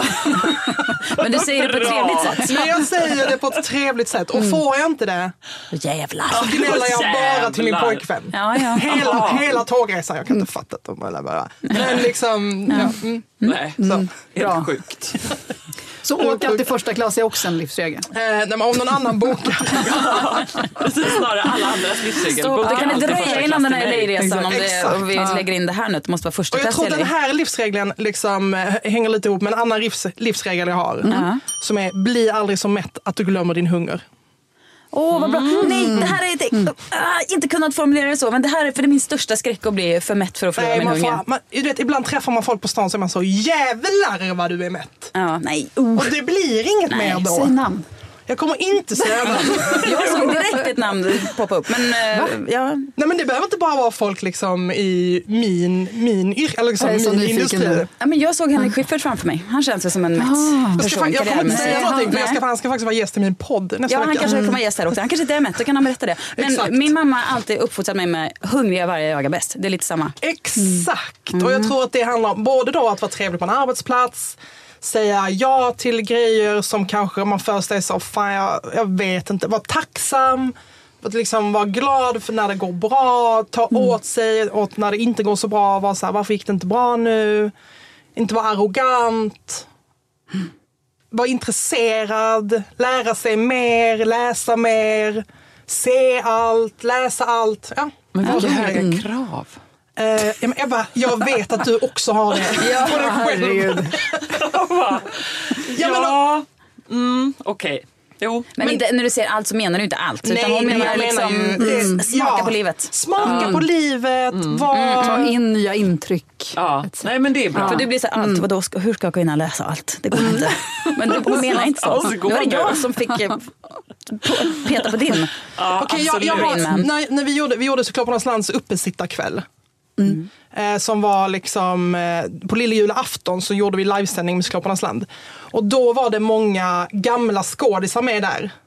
Men du säger det på ett Bra. trevligt sätt. Men jag säger det på ett trevligt sätt. Och får jag inte det, Jävlar. så gnäller jag bara till min Jävlar. pojkvän. Ja, ja. Hela, hela tågresan. Jag kan inte fatta att de eller bara. Men liksom, ja. Mm. Nej, Så. helt sjukt. Så åka till första klass är också en livsregel. Eh, nej, men om någon annan bokar. Precis, snarare alla andras livsregel. Så, Boka det kan alltid inte första dröja klass innan den till här mig. L A-resan om, det, Exakt. om vi lägger in det här nu. Det måste vara första Och jag klass tror att den här livsregeln liksom eh, hänger lite ihop med en annan livs, livsregel jag har. Ja. Som är, bli aldrig så mätt att du glömmer din hunger. Åh, vad bra. Nej, det här är inte, äh, inte kunnat formulera det så, men det här är för det är min största skräck att bli för mätt för att förlora Nej, min man hunger. får, man, du vet, ibland träffar man folk på stan så är man så jävlar vad du är mätt. Ja, nej. Uh. Och det blir inget Nej, mer då. Säg namn. Jag kommer inte säga det. Jag såg direkt ett namn poppa upp, men äh, ja. Nej, men det behöver inte bara vara folk liksom i min, min yrke, eller liksom Jag är så min nyfiken industri. nu. Ja, men jag såg Henrik Schyffert framför mig. Han känns ju som en mätt Jag, ska, person. fa- jag kommer inte säga karriärmässigt. någonting, för jag Nej. ska, han ska faktiskt vara gäst i min podd nästa Ja, han vecka. kanske kommer vara gäst här också. Han kanske inte är mätt, då kan han berätta det. Men Exakt. min mamma har alltid uppfostrat mig med hungriga varje öga bäst. Det är lite samma. Exakt, och jag tror att det handlar om både då att vara trevlig på en arbetsplats, säga ja till grejer som kanske man först är så, fan jag, jag vet inte, vara tacksam, att liksom vara glad för när det går bra, ta åt sig åt när det inte går så bra, vara så här, varför gick det inte bra nu, inte vara arrogant, vara intresserad, lära sig mer, läsa mer, se allt, läsa allt, ja. Men vilka Vara hungrig. höga krav. Eh, ja, men Ebba, jag vet att du också har det. Ja, På dig själv. herregud. Ja, men då- Ja, mm, okej. Jo. Men, inte, när du säger allt så menar du inte allt. Nej, utan hon men menar jag liksom menar ju, mm, det- smaka ja. på livet. Smaka på livet, var... Ta in nya intryck. Ja, nej men det är bra. För du blir så här, allt, vadå, ska, hur ska jag kunna läsa allt? Det går inte. Men du hon menar inte så. Alltså, Nu går var det det? jag som fick eh, på, peta på din. Ja, Okej, jag, jag absolut. har, när, när vi gjorde, vi gjorde Cykloppernas lands uppesittarkväll. Mm. Eh, som var liksom eh, på lille julafton så gjorde vi livesändning med Cykloppernas land. Och då var det många gamla skådisar med där.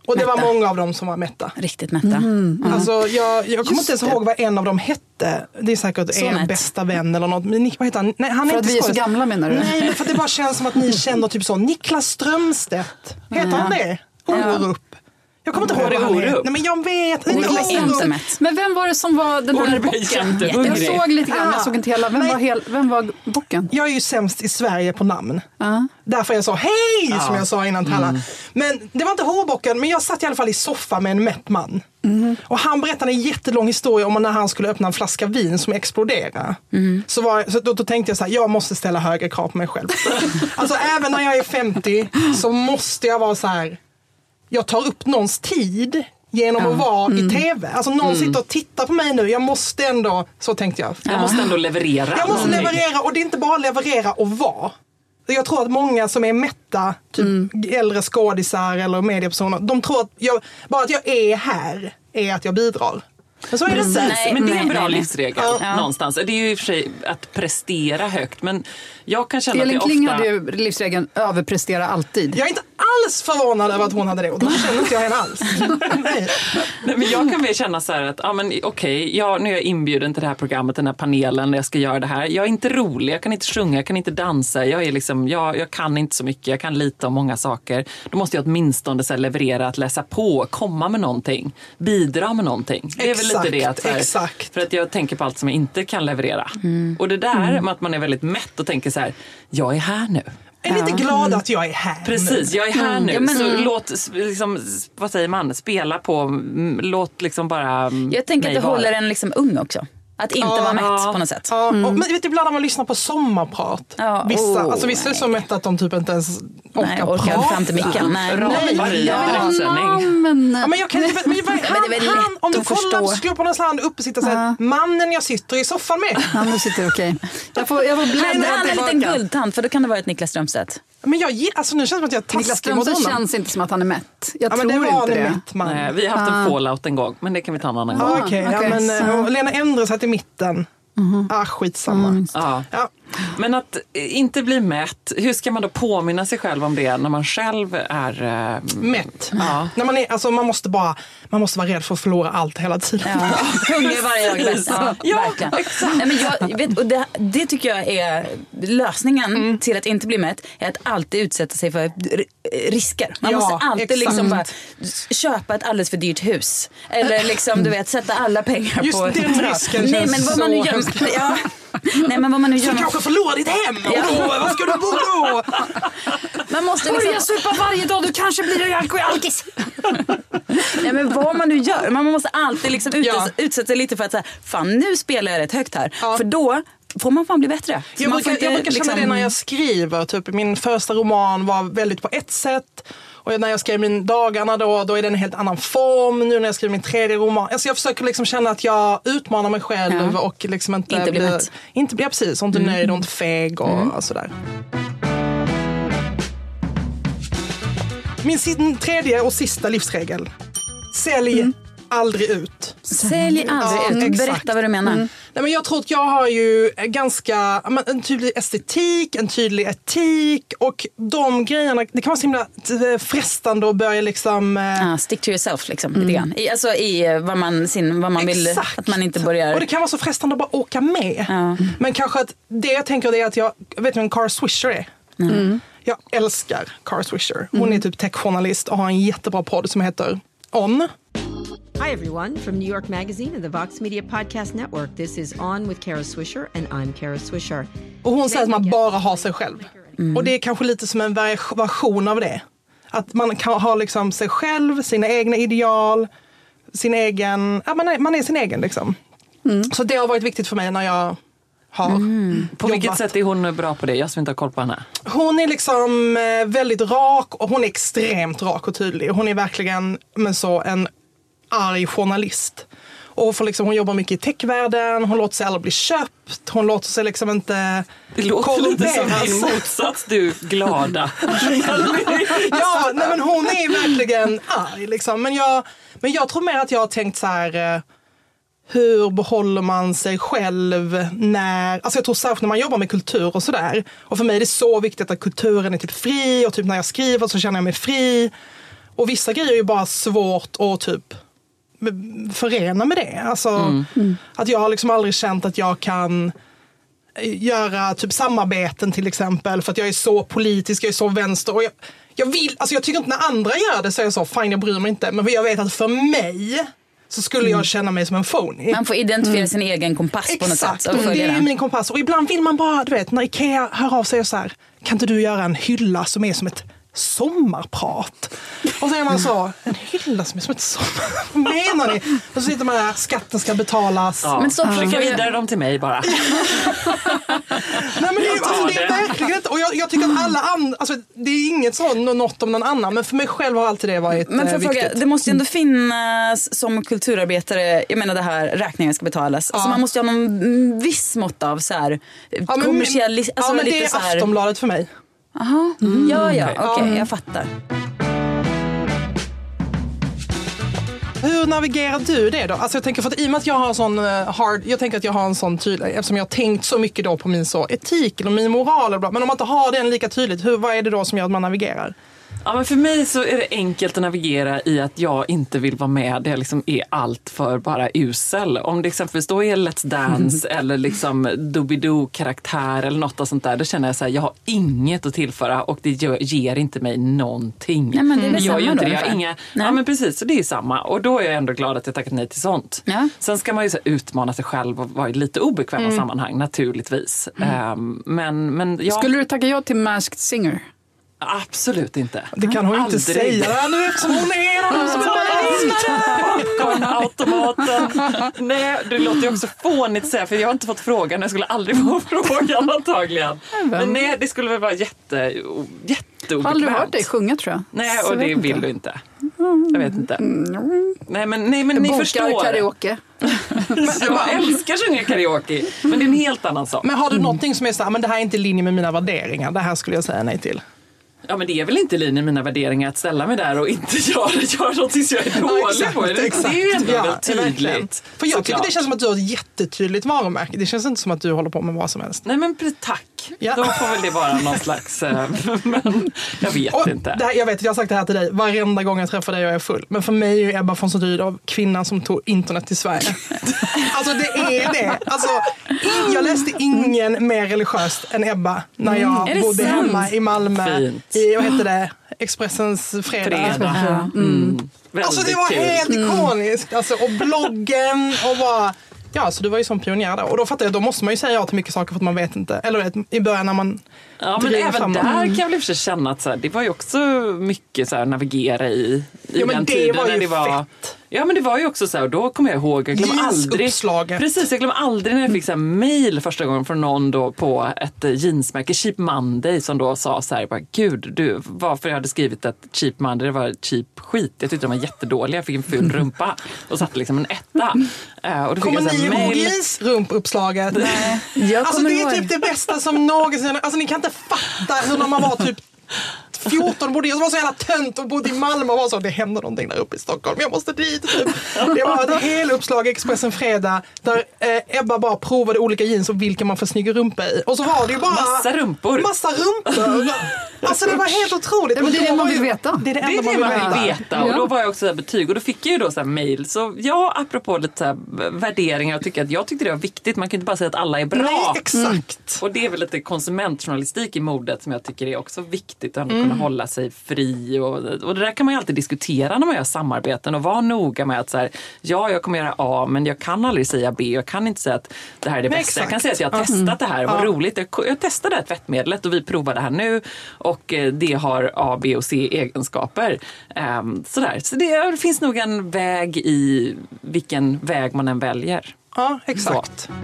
Och det mätta. var många av dem som var mätta. Riktigt mätta. Mm. Ja. Alltså, jag, jag kommer inte ens det. ihåg vad en av dem hette. Det är säkert Så en mätt. bästa vän eller något. Men Nick, vad heter han? Nej, han är För inte att vi är så skådis. gamla, menar du? Nej, men för att det bara känns som att ni känner typ så. Niklas Strömstedt. Heter han det? Orup. Jag kommer inte ihåg vad han är. Nej, men jag vet. Orup Niklas är inte Orup. mätt. Men vem var det som var den där Orup är bocken? jättehungrig. Jag såg lite grann, jag Ah. såg inte hela. Vem Nej. var, hel, vem var bocken? Jag är ju sämst i Sverige på namn. Ja. Därför jag sa hej som jag sa innan till alla. Men det var inte hårbocken, men jag satt i alla fall i soffa med en mätt man. Mm. Och han berättade en jättelång historia om när han skulle öppna en flaska vin som exploderade. Mm. Så, var, så då, då tänkte jag så här, jag måste ställa högre krav på mig själv. Alltså även när jag är femtio så måste jag vara så här, jag tar upp någons tid genom ja. att vara mm. i tv. Alltså någon mm. sitter och tittar på mig nu. Jag måste ändå, så tänkte jag. Jag måste ändå leverera. Jag måste någonting. leverera, och det är inte bara leverera och vara. Jag tror att många som är mätta, typ mm. äldre skådisar eller mediepersoner, de tror att jag, bara att jag är här är att jag bidrar. Men så är det inte. Nej, men det är en nej, bra nej, nej. livsregel Ja. någonstans. Det är ju i och för sig att prestera högt, men jag kan känna Elin att det Kling ofta... hade ju livsregeln överprestera alltid. Jag är inte alls förvånad över att hon hade det, och då känner inte jag henne alls. Nej. Nej, men jag kan väl känna så här att ja, men okej, okay, jag, nu är jag inbjuden till det här programmet, den här panelen där jag ska göra det här. Jag är inte rolig, jag kan inte sjunga, jag kan inte dansa, jag, är liksom, jag, jag kan inte så mycket, jag kan lite om många saker. Då måste jag åtminstone så här, leverera, att läsa på, komma med någonting, bidra med någonting. Det är Exakt, väl lite det att, så här, exakt. för att jag tänker på allt som jag inte kan leverera. Mm. Och det där mm. med att man är väldigt mätt och tänker så här, jag är här nu. Jag är lite glad att jag är här. Precis, jag är här Mm. nu. Ja, men, så mm. låt, liksom, vad säger man, spela på, mm, låt liksom bara Jag tänker att det vara. håller en liksom ung också. Att inte Ja, vara mätt ja. på något sätt. Ja, Mm. och, men vet du, ibland när man lyssnar på sommarprat, Ja, vissa, oh, alltså, vissa är så mätta att de typ inte ens orkar Nej, orkar prata. fram till micken. Nej, Nej, nej. ja. Ja. direktsändning. Men, Ja, men jag kan inte, men, men, han, det är väl lätt han, om du att kollar förstå. på Skrupparnas land uppe sitter så här, mannen jag sitter i soffan med. ja, nu sitter det okej. Jag får, jag får Han, bläddra han är en liten tillbaka. guldtant, för då kan det vara ett Niklas Strömstedt. Men jag, ge- alltså nu känns det som att jag är Niklas taskig mot Strömstedt honom. känns inte som att han är mätt. Jag Ja, men tror det var inte en det. mätt man. Nej, vi har haft en fallout en gång, men det kan vi ta en annan gång. Ja, okej, ja, okej, men så. eh, Lena Endre satt i mitten. Ah, skitsamma. Mm. Ja. Ja. Men att inte bli mätt, hur ska man då påminna sig själv om det när man själv är äh, Mätt. Ja. När man, är, alltså, man, måste bara, man måste vara rädd för att förlora allt hela tiden. Ja. Hungrig varje dag är bäst. Ja, Ja, verkligen. Nej, men jag vet, och det, det tycker jag är lösningen Mm. till att inte bli mätt. Är att alltid utsätta sig för r- risker. Man Ja, måste alltid exakt. liksom bara köpa ett alldeles för dyrt hus. Eller liksom, du vet, sätta alla pengar Just på... den risken Nej, känns men vad man nu så gör, hemskt. ja. Nej, men vad man nu gör... Du kanske förlorar ditt hem. Ja. Åh, vad ska du bo då? Man måste Börja liksom... supa varje dag, du kanske blir alkoholist. Nej, men vad man nu gör, man måste alltid liksom ut, Ja. utsätta sig lite för att säga, fan nu spelar jag rätt högt här. Ja. För då får man fan bli bättre. Så Jag man brukar, får inte, jag brukar känna liksom- det när jag skriver. Typ, min första roman var väldigt på ett sätt. Och när jag skrev min dagarna då, då är det en helt annan form. Nu när jag skriver min tredje roman. Alltså jag försöker liksom känna att jag utmanar mig själv. Ja. Och liksom inte, Inte bli blir- mätt. Inte blir precis, och inte Mm. nöjd och inte feg och, Mm. och sådär. Min si- tredje och sista livsregel. Sälj aldrig ut. Sälj aldrig Ja, ut. exakt. Berätta vad du menar. Nej, men jag tror att jag har ju ganska men, en tydlig estetik, en tydlig etik, och de grejerna, det kan vara så himla eh, frestande att börja liksom... Eh, Ah, stick to yourself liksom, lite grann. I, alltså i eh, vad man, sin, vad man vill, Exakt. att man inte börjar... Och det kan vara så frestande att bara åka med. Ja. Men kanske att det jag tänker det är att jag, vet du vem Cara Swisher är? Mm. Jag älskar Cara Swisher. Hon är typ techjournalist och har en jättebra podd som heter On. Hi, everyone. From New York Magazine and the Vox Media Podcast Network, this is On with Kara Swisher, and I'm Kara Swisher. Och hon säger att man bara har sig själv. Mm. Och det är kanske lite som en version av det. Att man kan ha liksom sig själv, sina egna ideal, sin egen... Ja, man, är, man är sin egen liksom. Mm. Så det har varit viktigt för mig när jag har Mm. På jobbat. vilket sätt är hon bra på det? Jag som inte har koll på henne. Hon är liksom eh, väldigt rak, och hon är extremt rak och tydlig. Hon är verkligen men så en arg journalist. Och för liksom, hon jobbar mycket i techvärlden, hon låter sig aldrig bli köpt, hon låter sig liksom inte Det låter lite som korrumperas. din motsats, du glada. Ja, nej, men hon är verkligen arg liksom. Men jag, men jag tror mer att jag har tänkt så här... eh, Hur behåller man sig själv när... Alltså jag tror särskilt när man jobbar med kultur och sådär. Och för mig är det så viktigt att kulturen är typ fri. Och typ när jag skriver så känner jag mig fri. Och vissa grejer är ju bara svårt att typ förena med det. Alltså, mm. Mm. att jag har liksom aldrig känt att jag kan göra typ samarbeten till exempel, för att jag är så politisk, jag är så vänster och jag, jag vill, alltså jag tycker inte när andra gör det så är jag så, fine, jag bryr mig inte, men jag vet att för mig så skulle jag känna mig som en phony. Man får identifiera mm. sin egen kompass på något sätt. Exakt, det är min kompass. Och ibland vill man bara, du vet, när Ikea hör av sig och så här, kan inte du göra en hylla som är som ett sommarprat? Och så är man så, en hylla som är som ett sommar. Vad menar ni? Och så sitter man där, skatten ska betalas. Ja. Men så skicka vidare dem till mig bara. Nej, men det, alltså, det är verkligen inte. Och jag, jag tycker att alla andra, alltså, det är inget så något om någon annan, men för mig själv har alltid det varit men för eh, viktigt. Fråga, det måste ju ändå finnas som kulturarbetare, jag menar det här, räkningar ska betalas. Ja. Så man måste ju ha någon viss mått av så här, ja, kommersiell... Alltså, ja, men lite det är så här... Aftonbladet för mig. Aha. Mm. Ja, ja, okej, okay, mm. jag fattar. Hur navigerar du det då? Alltså jag tänker för att i och med att jag har en sån hard, jag tänker att jag har en sån tydlig, eftersom jag har tänkt så mycket då på min så etik eller min moral eller bla, men om man inte har den lika tydligt, hur, vad är det då som gör att man navigerar? Ja, men för mig så är det enkelt att navigera i att jag inte vill vara med. Det liksom är allt för bara usel. Om det exempelvis då är Let's Dance eller liksom Doobidoo-karaktär eller något och sånt där, då känner jag så här, jag har inget att tillföra och det ger inte mig någonting. Nej, men det är väl jag samma inte då, det. Jag inga, ja, men precis, så det är samma. Och då är jag ändå glad att jag tackat nej till sånt. Ja. Sen ska man ju så utmana sig själv och vara i lite obekväma mm. sammanhang, naturligtvis. Mm. Um, men, men jag... Skulle du tacka ja till Masked Singer? Absolut inte. Det kan hon aldrig inte säga nu eftersom hon är någon som automaten. Nej, det låter ju också fånigt att säga, för jag har inte fått frågan. Jag skulle aldrig få frågan antagligen. Men nej, det skulle väl vara jätte, jätteobekvämt. Har aldrig hört dig sjunga, tror jag. Nej, och det vill du inte. Jag vet inte. Nej, men, nej, men ni förstår. Karaoke. Jag älskar att sjunga karaoke, men det är en helt annan sak. Men har du någonting som är så här, men det här är inte i linje med mina värderingar, det här skulle jag säga nej till? Ja, men det är väl inte i linje med mina värderingar att ställa mig där och inte göra, göra något som jag är dålig ja, exakt, på. Det, exakt. det är ju ändå ja, väl tydligt. För jag tycker det känns som att du har ett jättetydligt varumärke. Det känns inte som att du håller på med vad som helst. Nej, men tack. Ja. Då får väl det vara någon slags... men jag vet och inte. Det här, jag vet, jag har sagt det här till dig varenda gång jag träffar dig och jag är full. Men för mig är Ebba von Sydow av kvinnan som tog internet till Sverige. Alltså det är det. Alltså, jag läste ingen mer religiöst än Ebba när jag mm, bodde sant? hemma i Malmö. Fint. I, vad heter det? Expressens fredag. fredag. Mm. Mm. Väldigt alltså det var kul. helt ikoniskt. Alltså, och bloggen och bara... Ja, så du var ju som pionjär där. Och då fattar jag, då måste man ju säga ja till mycket saker för att man vet inte. Eller i början när man... Ja, men även där kan jag väl för sig känna att så här, det var ju också mycket så här, navigera i, i ja, men den det tiden. var ju när det var, fett. Ja, men det var ju också så här, och då kommer jag ihåg, jag glömmer aldrig... Precis, jag glömmer aldrig när jag fick så här mail första gången från någon då på ett jeansmärke, Cheap Monday, som då sa så här, bara, gud, du, varför jag hade skrivit att Cheap Monday, det var cheap skit. Jag tyckte de var jättedåliga, jag fick en ful rumpa och satte liksom en etta. Uh, och då kommer fick jag ni ihåg jeans rumpuppslaget? Nej. Alltså det är typ det bästa som någonsin... Alltså ni kan inte fatta hur när man var typ fjorton bodde, jag var så jävla tönt och bodde i Malmö och var så, det hände någonting där uppe i Stockholm, jag måste dit typ. Det var ett hel uppslag i Expressen fredag där eh, Ebba bara provade olika jeans och vilka man får snygga rumpa i. Och så var det ju bara massa rumpor. Massa rumpor. Alltså det var helt otroligt. Ja, men det är det man vill veta. Det är det enda det är man, det vill, man veta. vill veta. Och då var jag också betyg och då fick jag ju då så här mail. Så ja, apropå lite så här värderingar och tycker att jag tyckte det var viktigt. Man kan inte bara säga att alla är bra. Nej, exakt. Mm. Och det är väl lite konsumentjournalistik i modet som jag tycker är också viktigt, att mm. kunna hålla sig fri och, och det där kan man ju alltid diskutera när man gör samarbeten och vara noga med att så här, ja, jag kommer göra A, men jag kan aldrig säga B, jag kan inte säga att det här är det Nej, bästa. exakt. Jag kan säga att jag har testat mm. det här, vad ja. roligt. Jag, jag testade det här tvättmedlet och vi provar det här nu och det har A, B och C egenskaper. Um, sådär. Så det, det finns nog en väg i vilken väg man än väljer. Ja, exakt. Så.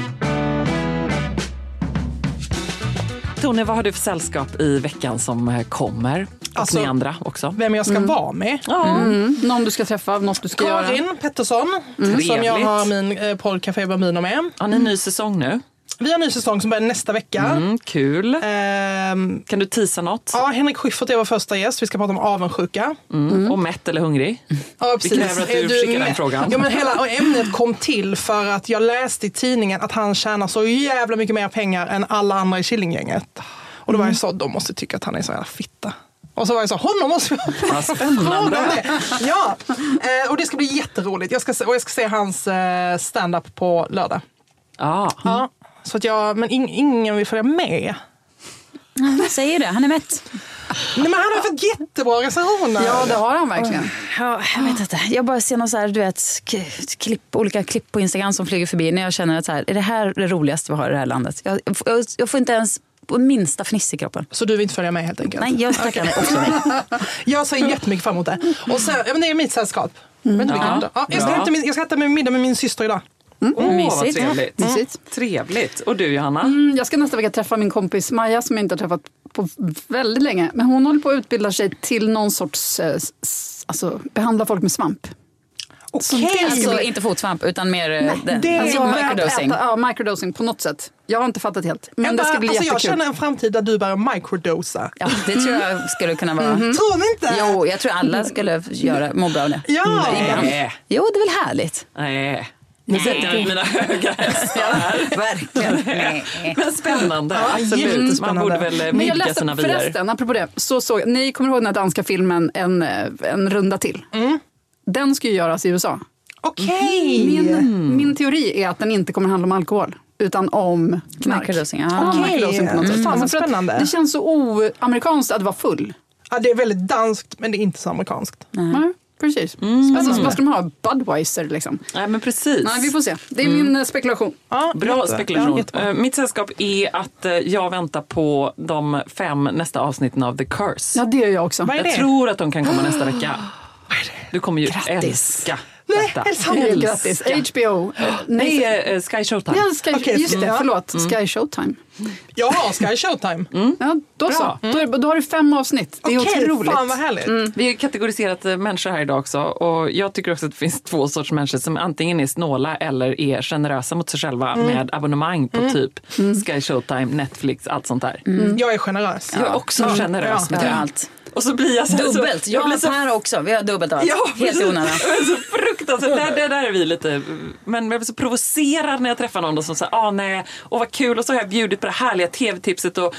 Tone, vad har du för sällskap i veckan som kommer? Och alltså, ni andra också. Vem jag ska mm. vara med. Ja. Mm. Någon du ska träffa, något du ska Karin göra. Karin Pettersson, mm. som jag har min eh, podd Café Bambino med. Har ni en ny säsong nu? Vi har en ny säsong som börjar nästa vecka. Mm, kul. Um, kan du teasa något? Ja, Henrik Schyffert är vår första gäst. Vi ska prata om avundsjuka. Mm. Mm. Och mätt eller hungrig? Ja, precis. Vi kräver att du, du skickar den frågan. Ja, men hela ämnet kom till för att jag läste i tidningen att han tjänar så jävla mycket mer pengar än alla andra i Killinggänget. Och då var jag så, de måste tycka att han är så jävla fitta. Och så var jag så, honom måste vi ha. Spännande. Ja, eh, och det ska bli jätteroligt. Jag ska se, och jag ska se hans eh, stand-up på lördag. Ah. Ja, så att jag, men in, ingen vill följa med. Han säger det, han är mätt. Nej, men han har fått jättebra recensioner. Ja, det har han verkligen. Ja, jag vet inte. Jag bara ser någon så här, du vet, klipp, olika klipp på Instagram som flyger förbi när jag känner att så här, är det här det roligaste vi har i det här landet? Jag, jag, jag får inte ens på minsta fniss i kroppen. Så du vill inte följa med helt enkelt? Nej, jag tackar mig också nej. Jag ser jättemycket fram emot det. Och sen, ja, men det är mitt sällskap. Mm. Ja. Ja, jag, ska ja. äta min, jag ska äta med middag med min syster idag. Åh, mm. oh, vad Mysigt. trevligt. Mm. Mysigt. Trevligt. Och du, Johanna? Mm, jag ska nästa vecka träffa min kompis Maja som jag inte har träffat på väldigt länge. Men hon håller på att utbilda sig till någon sorts, eh, alltså behandla folk med svamp. Okej. Okay. Alltså inte fotsvamp utan mer Nej, det, det alltså, microdosing. Äta, ja, microdosing på något sätt. Jag har inte fattat helt. Men Ända, det ska bli alltså jättekul. Jag känner en framtid där du börjar microdosa. Ja, det tror jag skulle kunna vara. Mm-hmm. Tror ni inte? Jo, jag tror alla skulle göra, må bra av det. Ja. Nej. Jo, det är väl härligt. Nej. Nu sätter jag ut mina höga hästar här. Verkligen. Nej. Men spännande. Ja, absolut. Man borde väl Men jag vidga läste sina vyer. förresten, apropå det, så såg, ni kommer ihåg den här danska filmen En, en runda till? Mm. Den ska ju göras i U S A. Okej. Okay. Min, mm. min teori är att den inte kommer handla om alkohol utan om knark. Microdosing. Ah. Okej. Microdosing på något sätt. Mm. Fan, alltså, spännande. Det känns så oamerikanskt att vara full. Ja, det är väldigt danskt, men det är inte så amerikanskt. Nej. Precis. Mm. Alltså, vad ska de ha? Budweiser liksom? Nej, men precis. Nej, vi får se. Det är mm. min spekulation. Ja, bra jätte. spekulation. Ja, mitt sällskap är att jag väntar på de fem nästa avsnitten av The Curse. Ja, det gör jag också. Vad är jag det? tror att de kan komma nästa vecka. Du kommer ju Grattis. älska Nej, detta. Nej, grattis. H B O. Uh, Nej, uh, Sky Showtime. Ja, Sky, okay, just det, mm. förlåt. Mm. Sky Showtime. Ja, Sky Showtime. Mm. Ja, då så. Mm. Då, är, då har du fem avsnitt. Det är okay, otroligt. Fan vad härligt. Mm. Vi har kategoriserat människor här idag också. Och jag tycker också att det finns två sorts människor som antingen är snåla eller är generösa mot sig själva mm. med abonnemang på mm. typ mm. Sky Showtime, Netflix, allt sånt där. Mm. Jag är generös. Jag är också ja. generös ja. med ja. allt. Och så blir jag så dubbelt. Så, jag jag blir så här också. Vi har dubbelt av allt. Ja, helt i onödan. Så fruktansvärt. Där, där, där är vi lite. Men jag blir så provocerad när jag träffar någon som säger, ah nej, och vad kul. Och så har jag bjudit på det härliga tv-tipset och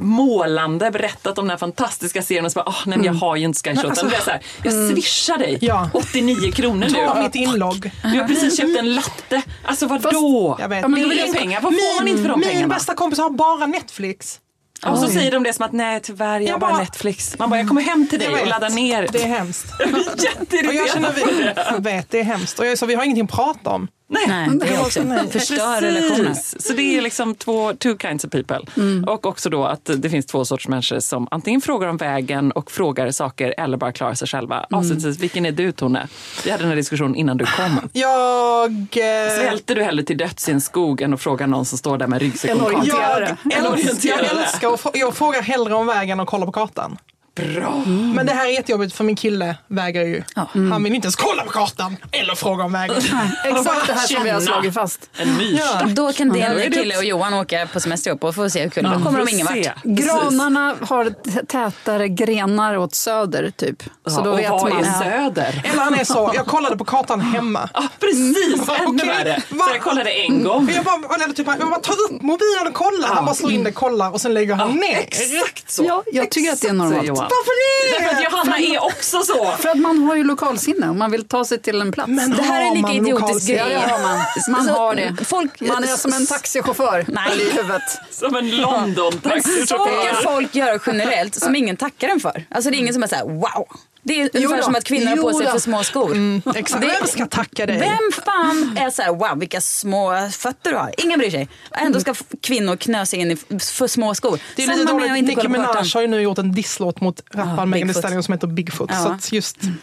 målande berättat om den här fantastiska serien. Och så bara, ah nej, men jag har ju inte Sky Showtime. Alltså, så här, jag swishar dig ja. åttionio kronor nu. Ta mitt inlogg. Jag har precis köpt en latte. Alltså vadå? Jag vet. Ja, men det är pengar. Vad får man inte för de min pengarna? Min bästa kompis har bara Netflix. Och så säger de det som att nej tyvärr, jag har bara Netflix. Man bara, jag kommer hem till dig och laddar ner. Det är hemskt. Jätteirriterande. Och jag känner, vi, jag vet, det är hemskt. Och jag, så vi har ingenting att prata om. Nej, nej det är också. Förstör relationer. Så det är liksom två, two kinds of people. Mm. Och också då att det finns två sorts människor som antingen frågar om vägen och frågar saker eller bara klarar sig själva. Mm. Avslutningsvis, vilken är du, Tone? Vi hade den här diskussionen innan du kom. Jag... Eh... Svälter du hellre till döds i en skog än att fråga någon som står där med ryggsäck och orienterare. Jag, jag älskar att jag frågar hellre om vägen och kollar på kartan. Bra. Mm. Men det här är jättejobbigt för min kille vägrar ju. Mm. Han vill inte ens kolla på kartan eller fråga om vägen. Exakt det här som vi har slagit fast. En mys. Ja. Då kan din kille och Johan åka på semester upp och få se hur kul. Då kommer de ingen vart. Granarna har tätare grenar åt söder typ. Så ja, då och vet vad man. är söder? Eller han är så, jag kollade på kartan hemma. Ja, precis. Ännu värre. Så jag kollade en gång. Jag bara, eller typ, jag bara tar upp mobilen och kollar. Ja. Han bara slår in det, kollar och sen lägger han ja, ner. Exakt så. Ja, jag tycker att det är normalt. Varför det? Därför att Johanna är också så. För att man har ju lokalsinne och man vill ta sig till en plats. Men det här är en lika idiotisk grej. Ja, ja, man man så, har det. Folk, man är som en taxichaufför. Nej, i huvudet. Som en London-taxichaufför. Saker folk gör generellt som ingen tackar dem för. Alltså det är ingen som är så här, wow. Det är ungefär som att kvinnor har på sig för små skor. Mm, exakt. Vem ska tacka dig? Vem fan är så här, wow, vilka små fötter du har. Ingen bryr sig. Ändå ska kvinnor knö sig in i för små skor. Det är lite dåligt. Nicki Minaj har ju nu gjort en disslåt mot rapparen ah, Megan Thee Stallion som heter Bigfoot. Ja. Så att just... Mm.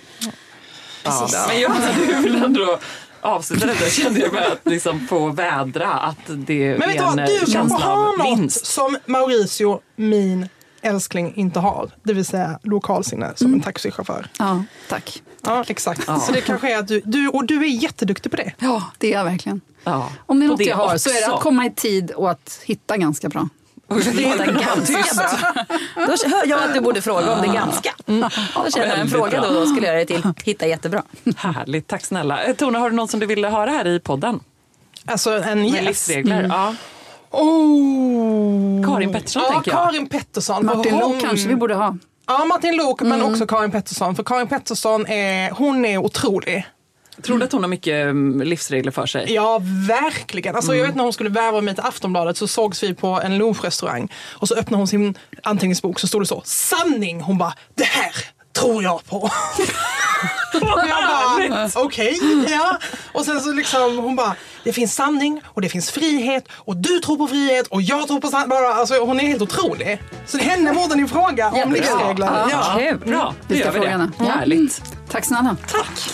Ja. Men Johanna, du vill ändå avsluta detta. Kände jag med att liksom få vädra att det men är vet en vad, du känsla ha av något vinst. Som Mauricio, min älskling, inte har. Det vill säga lokalsinne som mm. en taxichaufför. Ja, tack. Ja, exakt. Ja. Så det kanske är att du, du, och du är jätteduktig på det. Ja, det är jag verkligen. Ja. Om det är något det jag har också. så är det att komma i tid och att hitta ganska bra. Det är ganska bra. Då hör jag att du borde fråga om det ganska. Mm. Då känner jag en fråga då, då skulle jag göra det till hitta jättebra. Härligt, tack snälla. Tona, har du någon som du ville höra här i podden? Alltså en Med yes. livsregler, mm. ja. Oh. Karin Pettersson ja, tänker jag. Karin Pettersson. Martin Lok kanske vi borde ha. Ja, Martin Luuk, mm. men också Karin Pettersson. För Karin Pettersson är, hon är otrolig. Tror du att hon har mycket livsregler för sig? Ja, verkligen. Alltså, mm. Jag vet när hon skulle värva mig till Aftonbladet så sågs vi på en lunchrestaurang. Och så öppnade hon sin anteckningsbok så stod det så, sanning! Hon bara, det här tror jag på. Och jag bara, okej, okay, ja. Och sen så liksom, hon bara, det finns sanning och det finns frihet och du tror på frihet och jag tror på sanning. Alltså, hon är helt otrolig. Så det är henne morden i fråga om ja, livsregler. Ja, ja. Okay, bra. Det vi ska gör vi fråga det. henne. Ja. Härligt. Tack snälla. Tack.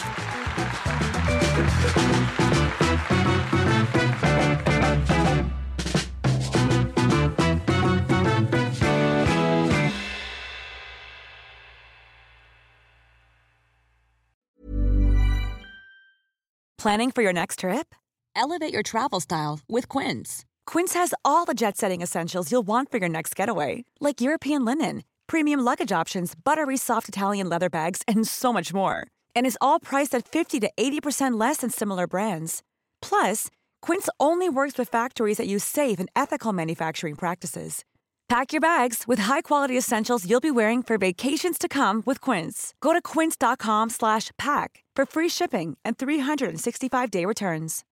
Planning for your next trip? Elevate your travel style with Quince. Quince has all the jet-setting essentials you'll want for your next getaway, like European linen, premium luggage options, buttery soft Italian leather bags, and so much more. And is all priced at fifty to eighty percent less than similar brands. Plus, Quince only works with factories that use safe and ethical manufacturing practices. Pack your bags with high-quality essentials you'll be wearing for vacations to come with Quince. Go to quince.com slash pack for free shipping and three sixty-five day returns.